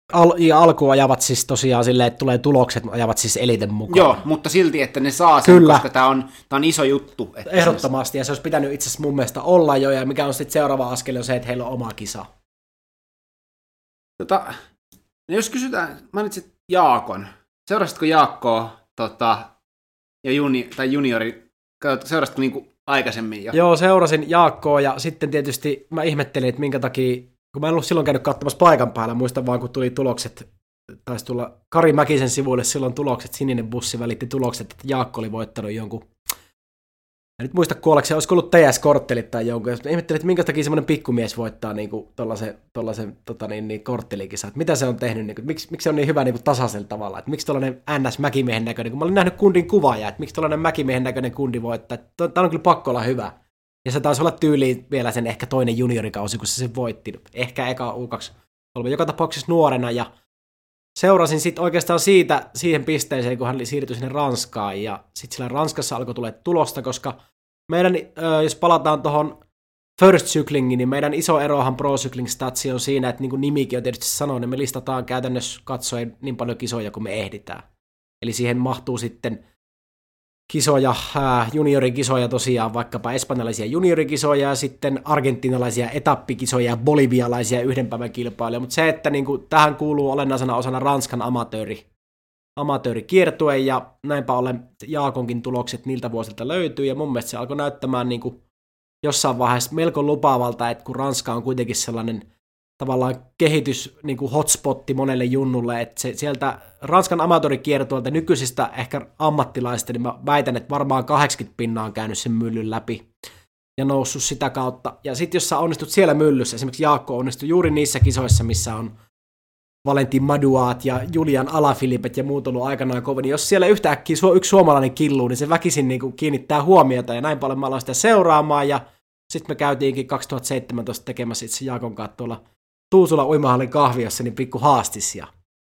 alkuun ajavat siis tosiaan silleen, että tulee tulokset, ajavat siis eliten mukaan. Joo, mutta silti, että ne saa sen, Kyllä. koska tämä on iso juttu. Että ehdottomasti, ja se olisi pitänyt itse asiassa mun mielestä olla jo, ja mikä on sitten seuraava askel on se, että heillä on oma kisa. Jos kysytään, mainitsit Jaakon. Seurasitko Jaakkoa ja juniori, seurasitko niinku aikaisemmin jo? Joo, seurasin Jaakkoa, ja sitten tietysti mä ihmettelin, että minkä takia, kun mä en ollut silloin käynyt katsomassa paikan päällä, muistan vaan kun tuli tulokset, taisi tulla Kari Mäkisen sivuille silloin tulokset, sininen bussi välitti tulokset, että Jaakko oli voittanut jonkun, en nyt muista kuolleksi, olisiko ollut TS-korttelit tai jonkun, ja ihmettelin, että minkä takia semmoinen pikkumies voittaa niinku tollasen korttelikisa, että mitä se on tehnyt, niinku, miksi se on niin hyvä niinku tasaisella tavalla, että miksi tollainen NS-mäkimiehen näköinen, kun mä olin nähnyt kundin kuvaaja, että miksi tollainen mäkimiehen näköinen kundi voittaa, että tämä on kyllä pakko olla hyvä. Ja se taisi olla tyyliin vielä sen ehkä toinen juniorikausi, kun se sen voitti. Ehkä eka U2 oli joka tapauksessa nuorena, ja seurasin sitten oikeastaan siihen pisteeseen, kun hän siirtyi sinne Ranskaan, ja sitten siellä Ranskassa alkoi tulla tulosta, koska meidän, jos palataan tuohon First Cyclingiin, niin meidän iso erohan Pro Cycling Statsi on siinä, että niin kuin nimikin on tietysti sanonut, niin me listataan käytännössä katsoen niin paljon kisoja kuin me ehditään. Eli siihen mahtuu sitten kisoja, juniorikisoja tosiaan, vaikkapa espanjalaisia juniorikisoja ja sitten argentinalaisia etappikisoja ja bolivialaisia yhden päivän kilpailuja, mutta se, että niin kuin, tähän kuuluu olennaisena osana Ranskan amatöörikiertue ja näinpä ollen Jaakonkin tulokset niiltä vuosilta löytyy ja mun mielestä se alkoi näyttämään niin kuin jossain vaiheessa melko lupaavalta, että kun Ranska on kuitenkin sellainen tavallaan kehitys niin kuin hotspotti monelle junnulle, että se sieltä Ranskan amatöörikiertueelta nykyisistä ehkä ammattilaisista, niin mä väitän, että varmaan 80% on käynyt sen myllyn läpi ja noussut sitä kautta. Ja sitten jos sä onnistut siellä myllyssä, esimerkiksi Jaakko onnistui juuri niissä kisoissa, missä on Valentin Maduat ja Julian Alaphilippet ja muut ollut aikanaan kovin, niin jos siellä yhtäkkiä yksi suomalainen killuu, niin se väkisin niin kuin kiinnittää huomiota ja näin paljon mä aloin sitä seuraamaan ja sitten me käytiinkin 2017 tekemässä itse Jaakon kanssa tuolla Tuusula uimahallin kahviossa niin pikku haastis ja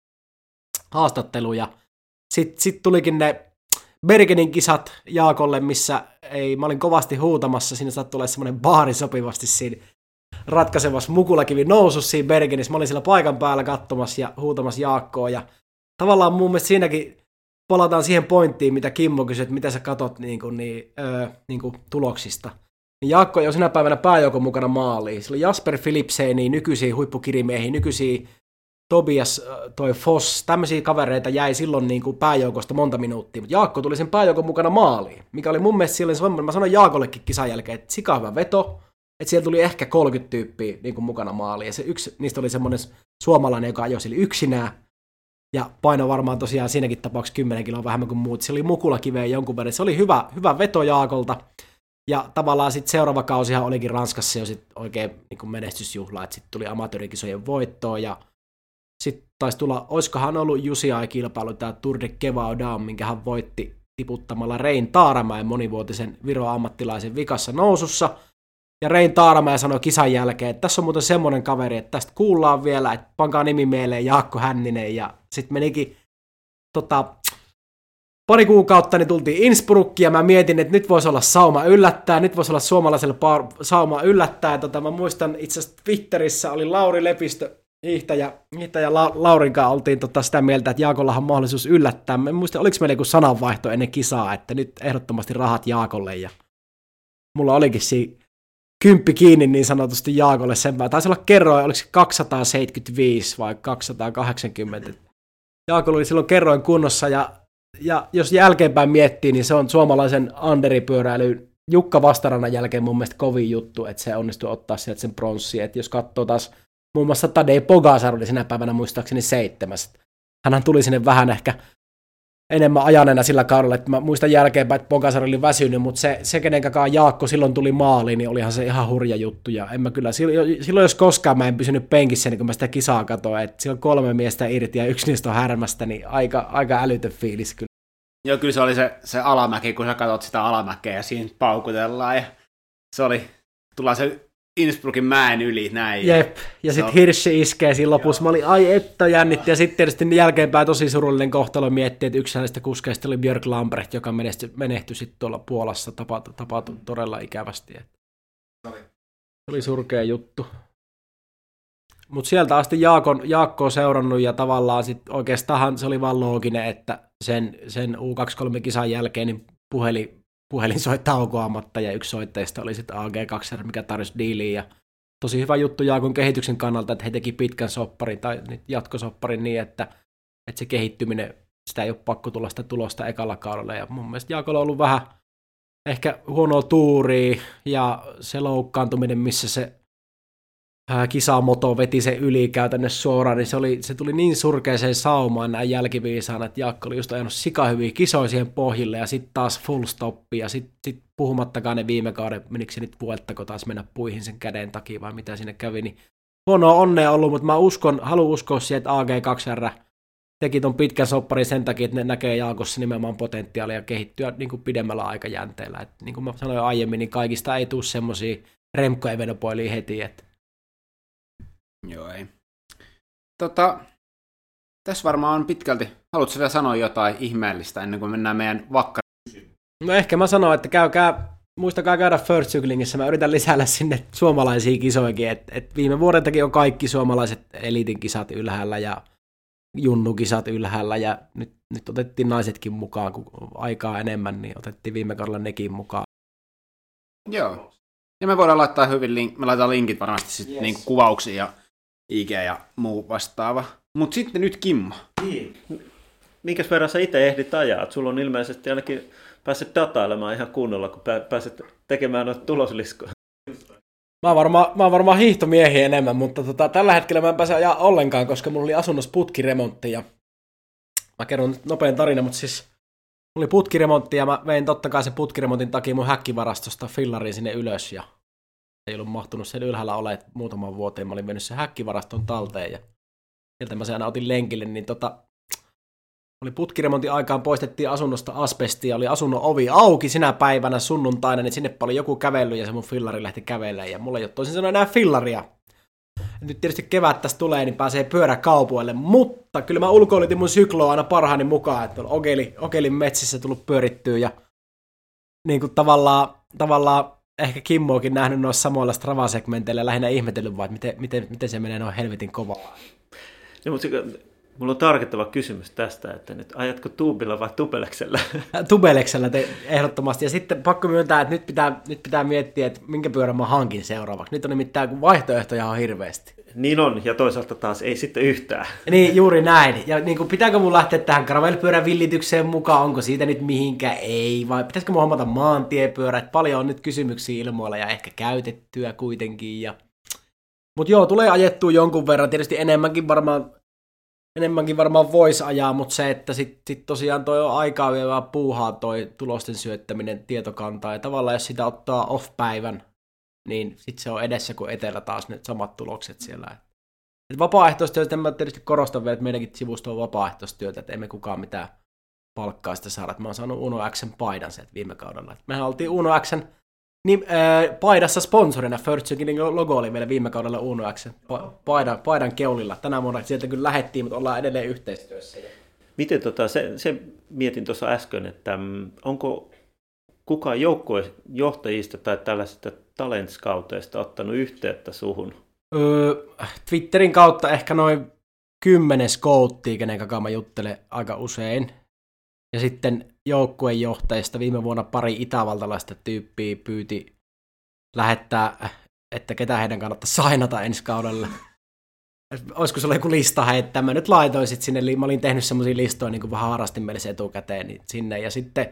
haastattelu ja sitten tulikin ne Bergenin kisat Jaakolle, missä mä olin kovasti huutamassa, siinä saattoi olla semmoinen baari sopivasti siinä ratkaisevassa mukulakivi nousussa siinä Bergenissä, mä olin siellä paikan päällä katsomassa ja huutamassa Jaakkoa ja tavallaan mun mielestä siinäkin palataan siihen pointtiin, mitä Kimmo kysyi, että mitä sä katot niin kuin tuloksista. Jaakko ei ole sinä päivänä pääjoukon mukana maaliin. Sillä oli Jasper Philipseni, nykyisiä huippukirimiehiä, nykyisiä Tobias toi Foss, tämmöisiä kavereita jäi silloin niin kuin pääjoukosta monta minuuttia, mutta Jaakko tuli sen pääjoukon mukana maaliin, mikä oli mun mielestä silloin, mä sanoin Jaakollekin kisan jälkeen, että sika hyvä veto, että siellä tuli ehkä 30 tyyppiä niin kuin mukana maaliin, ja se yksi niistä oli semmoinen suomalainen, joka ajoi sille yksinään, ja paino varmaan tosiaan siinäkin tapauksessa 10 kiloa vähemmän kuin muut, se oli mukulakiveä jonkun verran, se oli hyvä veto Jaakolta. Ja tavallaan sitten seuraava kausihan olikin Ranskassa jo sit oikein niin menestysjuhla, että sitten tuli amatöörikisojen voittoon ja sitten taisi tulla, olisikohan ollut UCI-kilpailu, tämä Tour de Kevaudan, minkä hän voitti tiputtamalla Rein Taaramäen monivuotisen Viro-ammattilaisen vikassa nousussa. Ja Rein Taaramäen sanoi kisan jälkeen, että tässä on muuten semmoinen kaveri, että tästä kuullaan vielä, että pankaa nimi mieleen Jaakko Hänninen ja sitten menikin pari kuukautta niin tultiin Innsbruckiin ja mä mietin, että nyt voisi olla sauma yllättää, nyt voisi olla suomalaiselle sauma yllättää. Mä muistan itse asiassa Twitterissä oli Lauri Lepistö, hiihtäjä Laurin kanssa oltiin sitä mieltä, että Jaakollahan on mahdollisuus yllättää. Mä en muista, oliko meillä joku sananvaihto ennen kisaa, että nyt ehdottomasti rahat Jaakolle ja mulla olikin siinä 10 kiinni niin sanotusti Jaakolle sen päällä. Taisi olla kerroin, oliko se 275 vai 280. Jaakolla oli silloin kerroin kunnossa ja jos jälkeenpäin miettii, niin se on suomalaisen underipyöräilyn Jukka Vastarannan jälkeen mun mielestä kovin juttu, että se onnistui ottaa sieltä sen pronssia. Että jos katsoo taas, muun muassa Tadej Pogačar oli sinä päivänä muistaakseni 7. Hänhän tuli sinne vähän ehkä enemmän ajaneena sillä kaudella, että mä muistan jälkeenpäin, että Pogačar oli väsynyt, mutta se kenenkäkaan Jaakko silloin tuli maaliin, niin olihan se ihan hurja juttu. Ja en mä kyllä, silloin jos koskaan mä en pysynyt penkissä, niin kun mä sitä kisaa katsoin, että siellä on 3 miestä irti ja yksi niistä on härmästä, niin aika älytön fiilis kyllä. Joo, kyllä se oli se alamäki, kun sä katsot sitä alamäkeä ja siinä paukutellaan ja tullaan se Innsbruckin mäen yli näin. Jep, ja sitten Hirschi iskee siinä lopussa. Mä olin, ai että jännitti, ja sitten tietysti jälkeenpäin tosi surullinen kohtalo miettii, että yksi näistä kuskeista oli Björk Lambrecht, joka menehtyi sitten tuolla Puolassa, tapahtui todella ikävästi. Se oli surkea juttu. Mut sieltä asti Jaakko on seurannut ja tavallaan sit oikeastaan se oli vaan looginen, että sen U23-kisan jälkeen niin puhelin soi taukoamatta ja yksi soitteista oli sitten AG2R, mikä tarjosi diiliin ja tosi hyvä juttu Jaakon kehityksen kannalta, että he teki pitkän sopparin tai jatkosopparin niin, että se kehittyminen, sitä ei ole pakko tulla sitä tulosta ekalla kaudella ja mun mielestä Jaakolla on ollut vähän ehkä huonoa tuuria ja se loukkaantuminen, missä se kisamoto veti sen yli käytännössä suoraan, niin se tuli niin surkeeseen saumaan näin jälkiviisaana, että Jaakko oli just ajanut sikahyviä kisoja siihen pohjille ja sitten taas full stoppi ja sitten puhumattakaan ne viime kauden, menikö se nyt Vueltako taas mennä puihin sen käden takia vai mitä siinä kävi, niin huonoa onnea ollut, mutta mä haluan uskoa siihen, että AG2R teki ton pitkän sopparin sen takia, että ne näkee Jaakossa nimenomaan potentiaalia kehittyä niin kuin pidemmällä aikajänteellä. Et niin kuin mä sanoin aiemmin, niin kaikista ei tule semmosia Remco-Evenepoilia heti, että joo, ei. Tässä varmaan on pitkälti. Haluatko vielä sanoa jotain ihmeellistä ennen kuin mennään meidän vakkariin? No ehkä mä sanon, että muistakaa käydä First Cyclingissä. Mä yritän lisäillä sinne suomalaisia kisoikin. Et viime vuodeltakin on kaikki suomalaiset eliitin kisat ylhäällä ja junnukisat ylhäällä. Ja nyt otettiin naisetkin mukaan, kun aikaa enemmän, niin otettiin viime kaudella nekin mukaan. Joo. Ja me voidaan laittaa me laitetaan linkit varmasti sitten niin kuvauksiin ja IG ja muu vastaava. Mutta sitten nyt Kimmo. Niin. Minkäs verran sä itse ehdit ajaa? Sulla on ilmeisesti ainakin päässyt datailemaan ihan kunnolla, kun pääset tekemään noita tulosliskoja. Mä oon varmaan hiihtomiehiä enemmän, mutta tällä hetkellä mä en pääse ajaa ollenkaan, koska mulla oli asunnossa putkiremontti. Ja mä kerron nyt nopean tarina, mutta siis mulla oli putkiremontti ja mä vein totta kai sen putkiremontin takia mun häkkivarastosta fillariin sinne ylös. Ja ei ollut mahtunut sen ylhäällä ole muutaman vuoteen. Mä olin mennyt sen häkkivaraston talteen ja sieltä mä sen aina otin lenkille, niin oli putkiremontin aikaan poistettiin asunnosta asbestia, oli asunnon ovi auki sinä päivänä sunnuntaina, niin sinne oli joku kävellyt ja se mun fillari lähti kävelemään ja mulla ei ole toisin sanoen enää fillaria. Nyt tietysti kevät tässä tulee, niin pääsee pyöräkaupoille, mutta kyllä mä ulkoilitin mun sykloa aina parhaani mukaan, että on Okelin metsissä tullut pyörittyä ja niin kuin tavallaan ehkä Kimmoakin nähnyt noissa samoilla Strava-segmenteillä ja lähinnä ihmetellyt vaan, että miten se menee noin helvetin kovaa. No, mutta mulla on tarkentava kysymys tästä, että nyt ajatko tuubilla vai tubeleksellä? Tubeleksellä ehdottomasti. Ja sitten pakko myöntää, että nyt pitää miettiä, että minkä pyörän mä hankin seuraavaksi. Nyt on nimittäin vaihtoehtoja on hirveästi. Niin on, ja toisaalta taas ei sitten yhtään. Niin, juuri näin. Ja niin kuin, pitääkö mun lähteä tähän gravelpyörän villitykseen mukaan? Onko siitä nyt mihinkään? Ei. Vai pitäisikö mun hommata maantiepyörät? Paljon on nyt kysymyksiä ilmoilla ja ehkä käytettyä kuitenkin. Mutta joo, tulee ajettua jonkun verran. Tietysti enemmänkin varmaan voisi ajaa, mutta se, että sit tosiaan toi on aikaa vievää puuhaa toi tulosten syöttäminen tietokantaa. Ja tavallaan jos sitä ottaa off-päivän, niin sitten se on edessä kuin etellä taas ne samat tulokset siellä. Et vapaaehtoistyötä, mä tietysti korostan vielä, että meidänkin sivusto on vapaaehtoistyötä, että emme kukaan mitään palkkaa sitä saada. Mä oon saanut Uno X:n paidan sieltä viime kaudella. Et mehän oltiin Uno X:n paidassa sponsorina. First Cyclingin logo oli vielä viime kaudella Uno X:n paidan keulilla. Tänä vuonna sieltä kyllä lähettiin, mutta ollaan edelleen yhteistyössä. Miten se mietin tuossa äsken, että onko kukaan joukkuejohtajista tai tällaisista talent scouteista ottanut yhteyttä suhun? Twitterin kautta ehkä noin 10 scouttia, kenen kanssa mä juttelen aika usein. Ja sitten joukkuejohtajista viime vuonna pari itävaltalaista tyyppiä pyyti lähettää, että ketä heidän kannattaa sainata ensi kaudella. Olisiko sulla joku lista heittää? Mä nyt laitoin sit sinne, mä olin tehnyt semmosia listoja niin kuin vähän harrastinmielisen etukäteen niin sinne. Ja sitten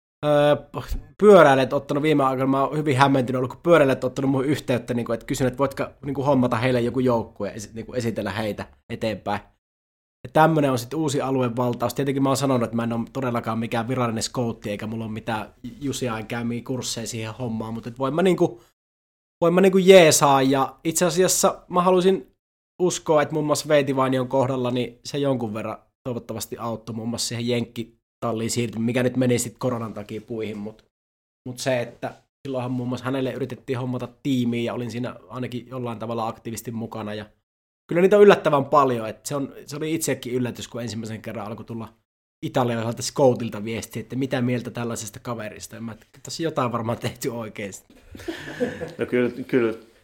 pyöräilijät ottanut viime aikoina, mä oon hyvin hämmentynyt ollut, kun pyöräilijät ottanut mun yhteyttä, niin kuin, että kysynyt, että voitko niin kuin hommata heille joku joukkue ja niin kuin esitellä heitä eteenpäin. Ja tämmönen on sitten uusi aluevaltaus. Tietenkin mä oon sanonut, että mä en ole todellakaan mikään virallinen scoutti, eikä mulla ole mitään Jusiain käymiä kursseja siihen hommaan, mutta voin mä niinku jeesaa, ja itse asiassa mä haluaisin uskoa, että muun muassa Veitivainion kohdalla niin se jonkun verran toivottavasti auttoi muun muassa siihen jenkkitalliin siirtymään, mikä nyt meni sitten koronan takia puihin, mutta se, että silloinhan muun muassa hänelle yritettiin hommata tiimiä, ja olin siinä ainakin jollain tavalla aktiivisesti mukana, ja kyllä niitä on yllättävän paljon, että se oli itsekin yllätys, kun ensimmäisen kerran alkoi tulla italialaiselta scoutilta viestiä, että mitä mieltä tällaisesta kaverista. Ja mä, että tässä jotain varmaan tehty oikein. No kyllä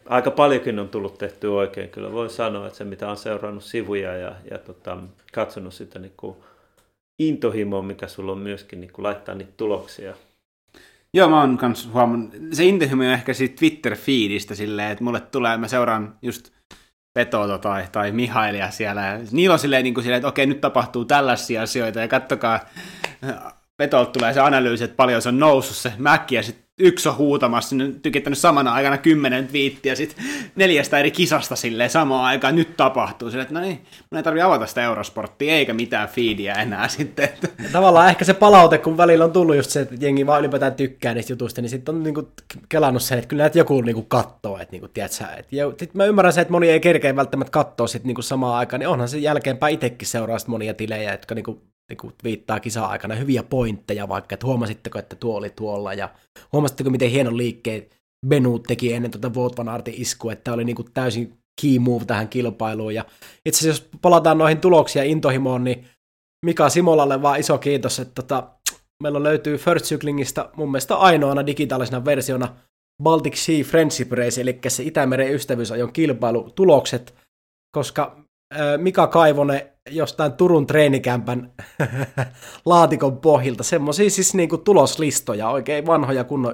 aika paljonkin on tullut tehty oikein. Kyllä voin sanoa, että se mitä on seurannut sivuja ja katsonut sitä niin kuin intohimoa, mikä sulla on myöskin niin kuin laittaa niitä tuloksia. Joo, mä oon kans huomannut. Se intohimo on ehkä siitä Twitter-feedistä silleen, että mulle tulee, mä seuraan just Petoa tai Mihailia siellä. Ja niillä on silleen, että okei, nyt tapahtuu tällaisia asioita ja kattokaa, Petolta tulee se analyysi, että paljon se on noussut se mäkki ja sitten yksi on huutamassa, tykittänyt samana aikana 10 twiittiä sitten 4 eri kisasta silleen samaan aikaan, nyt tapahtuu. Silleen, että no niin, mun ei tarvitse avata sitä Eurosporttia eikä mitään feediä enää sitten. Ja tavallaan ehkä se palaute, kun välillä on tullut just se, että jengi vaan ylipäätään tykkää niistä jutuista, niin sitten on niinku kelannut sen, että kyllä näitä joku niinku kattoo, että niinku, tiedätkö, sit mä ymmärrän sen, että moni ei kerkeä välttämättä katsoa sit niinku samaan aikaan, niin onhan se jälkeenpäin itsekin seuraa monia tilejä, jotka niinku viittaa kisa-aikana hyviä pointteja vaikka, että huomasitteko, että tuo oli tuolla, ja huomasitteko, miten hienon liikkeen Benoot teki ennen Wout van Aertin iskua, että oli niinku täysin key move tähän kilpailuun, ja itse asiassa jos palataan noihin tuloksiin ja intohimoon, niin Mika Simolalle vaan iso kiitos, että meillä löytyy First Cyclingista mun mielestä ainoana digitaalisena versiona Baltic Sea Friendship Race, eli se Itämeren ystävyysajon kilpailutulokset, koska Mika Kaivonen jostain Turun treenikämpän laatikon pohjilta, semmoisia siis niinku tuloslistoja, oikein vanhoja kunnon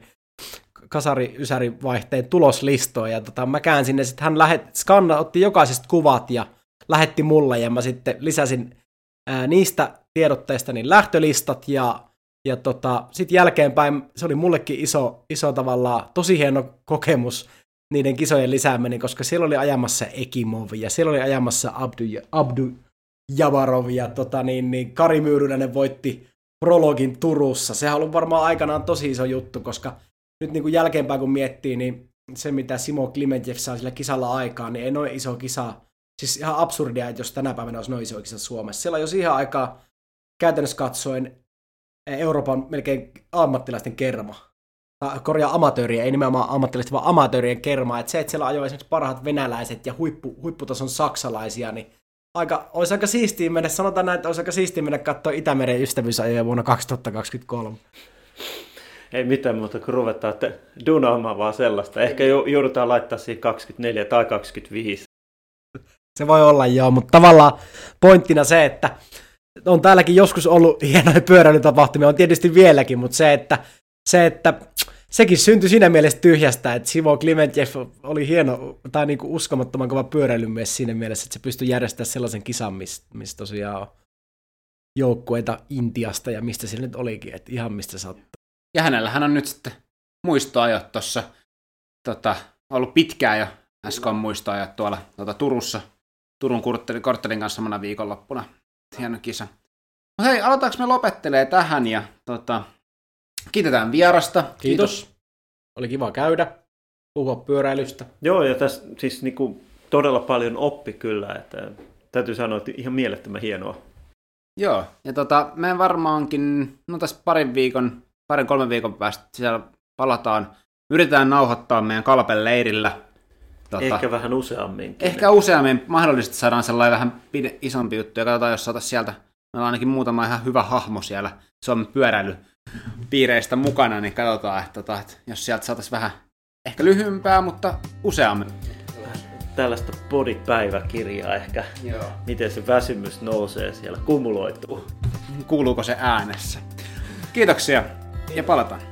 kasari-ysärivaihteen tuloslistoja, ja mä käänsin ne, sitten hän otti jokaisesta kuvat ja lähetti mulle, ja mä sitten lisäsin niistä tiedotteista niin lähtölistat, ja sitten jälkeenpäin se oli mullekin iso tavallaan, tosi hieno kokemus, niiden kisojen lisääminen, koska siellä oli ajamassa Ekimov ja siellä oli ajamassa Abdu Javarov ja Kari Myyrynäinen voitti prologin Turussa. Sehän on ollut varmaan aikanaan tosi iso juttu, koska nyt niin kuin jälkeenpäin kun miettii, niin se mitä Simo Klimentjev saa sillä kisalla aikaan, niin ei noin iso kisa, siis ihan absurdia, että jos tänä päivänä olisi noin iso kisa Suomessa. Siellä on jo siihen aikaan käytännössä katsoen Euroopan melkein ammattilaisten kerma. Amatööriä, ei nimenomaan ammattilaisesti, vaan amatöörien kermaa. Että se, että siellä ajoi esimerkiksi parhaat venäläiset ja huipputason saksalaisia, niin olisi aika siistiä mennä, sanotaan näin, että olisi aika siistiä mennä katsoa Itämeren ystävyysajoja vuonna 2023. Ei mitään muuta kuin ruvetaan dunaamaan vaan sellaista. Ehkä joudutaan laittaa siihen 24 tai 25. Se voi olla joo, mutta tavallaan pointtina se, että on täälläkin joskus ollut hienoja pyöräilytapahtumia, on tietysti vieläkin, mutta se, että sekin syntyi siinä mielessä tyhjästä, että Simo Klimentjev oli hieno tai niinku uskomattoman kova pyöräilymies siinä mielessä, että se pystyi järjestämään sellaisen kisan, missä tosiaan on joukkueita Intiasta ja mistä se nyt olikin, että ihan mistä sattuu. Ja hänellähän on nyt sitten muistoajot tuossa, ollut pitkään jo SK-muistoajat tuolla Turussa, Turun korttelin kanssa samana viikonloppuna. Hieno kisa. Mutta hei, aloitaanko me lopettelee tähän ja kiitetään vierasta. Kiitos. Oli kiva käydä, puhua pyöräilystä. Joo, ja tässä siis niinku todella paljon oppi kyllä, että täytyy sanoa, että ihan mielettömän hienoa. Joo, ja me varmaankin, tässä 2-3 viikon päästä siellä palataan. Yritetään nauhoittaa meidän Kalpen leirillä. Ehkä vähän useamminkin. Ehkä useammin. Mahdollisesti saadaan sellainen vähän isompi juttu. Ja katsotaan, jos saataisiin sieltä, meillä on ainakin muutama ihan hyvä hahmo siellä Suomen pyöräilypiireistä mukana, niin katsotaan, että jos sieltä saataisiin vähän ehkä lyhyempää, mutta useammin. Tällaista body-päiväkirjaa ehkä. Joo. Miten se väsymys nousee siellä, kumuloituu. Kuuluuko se äänessä? Kiitoksia ja palataan.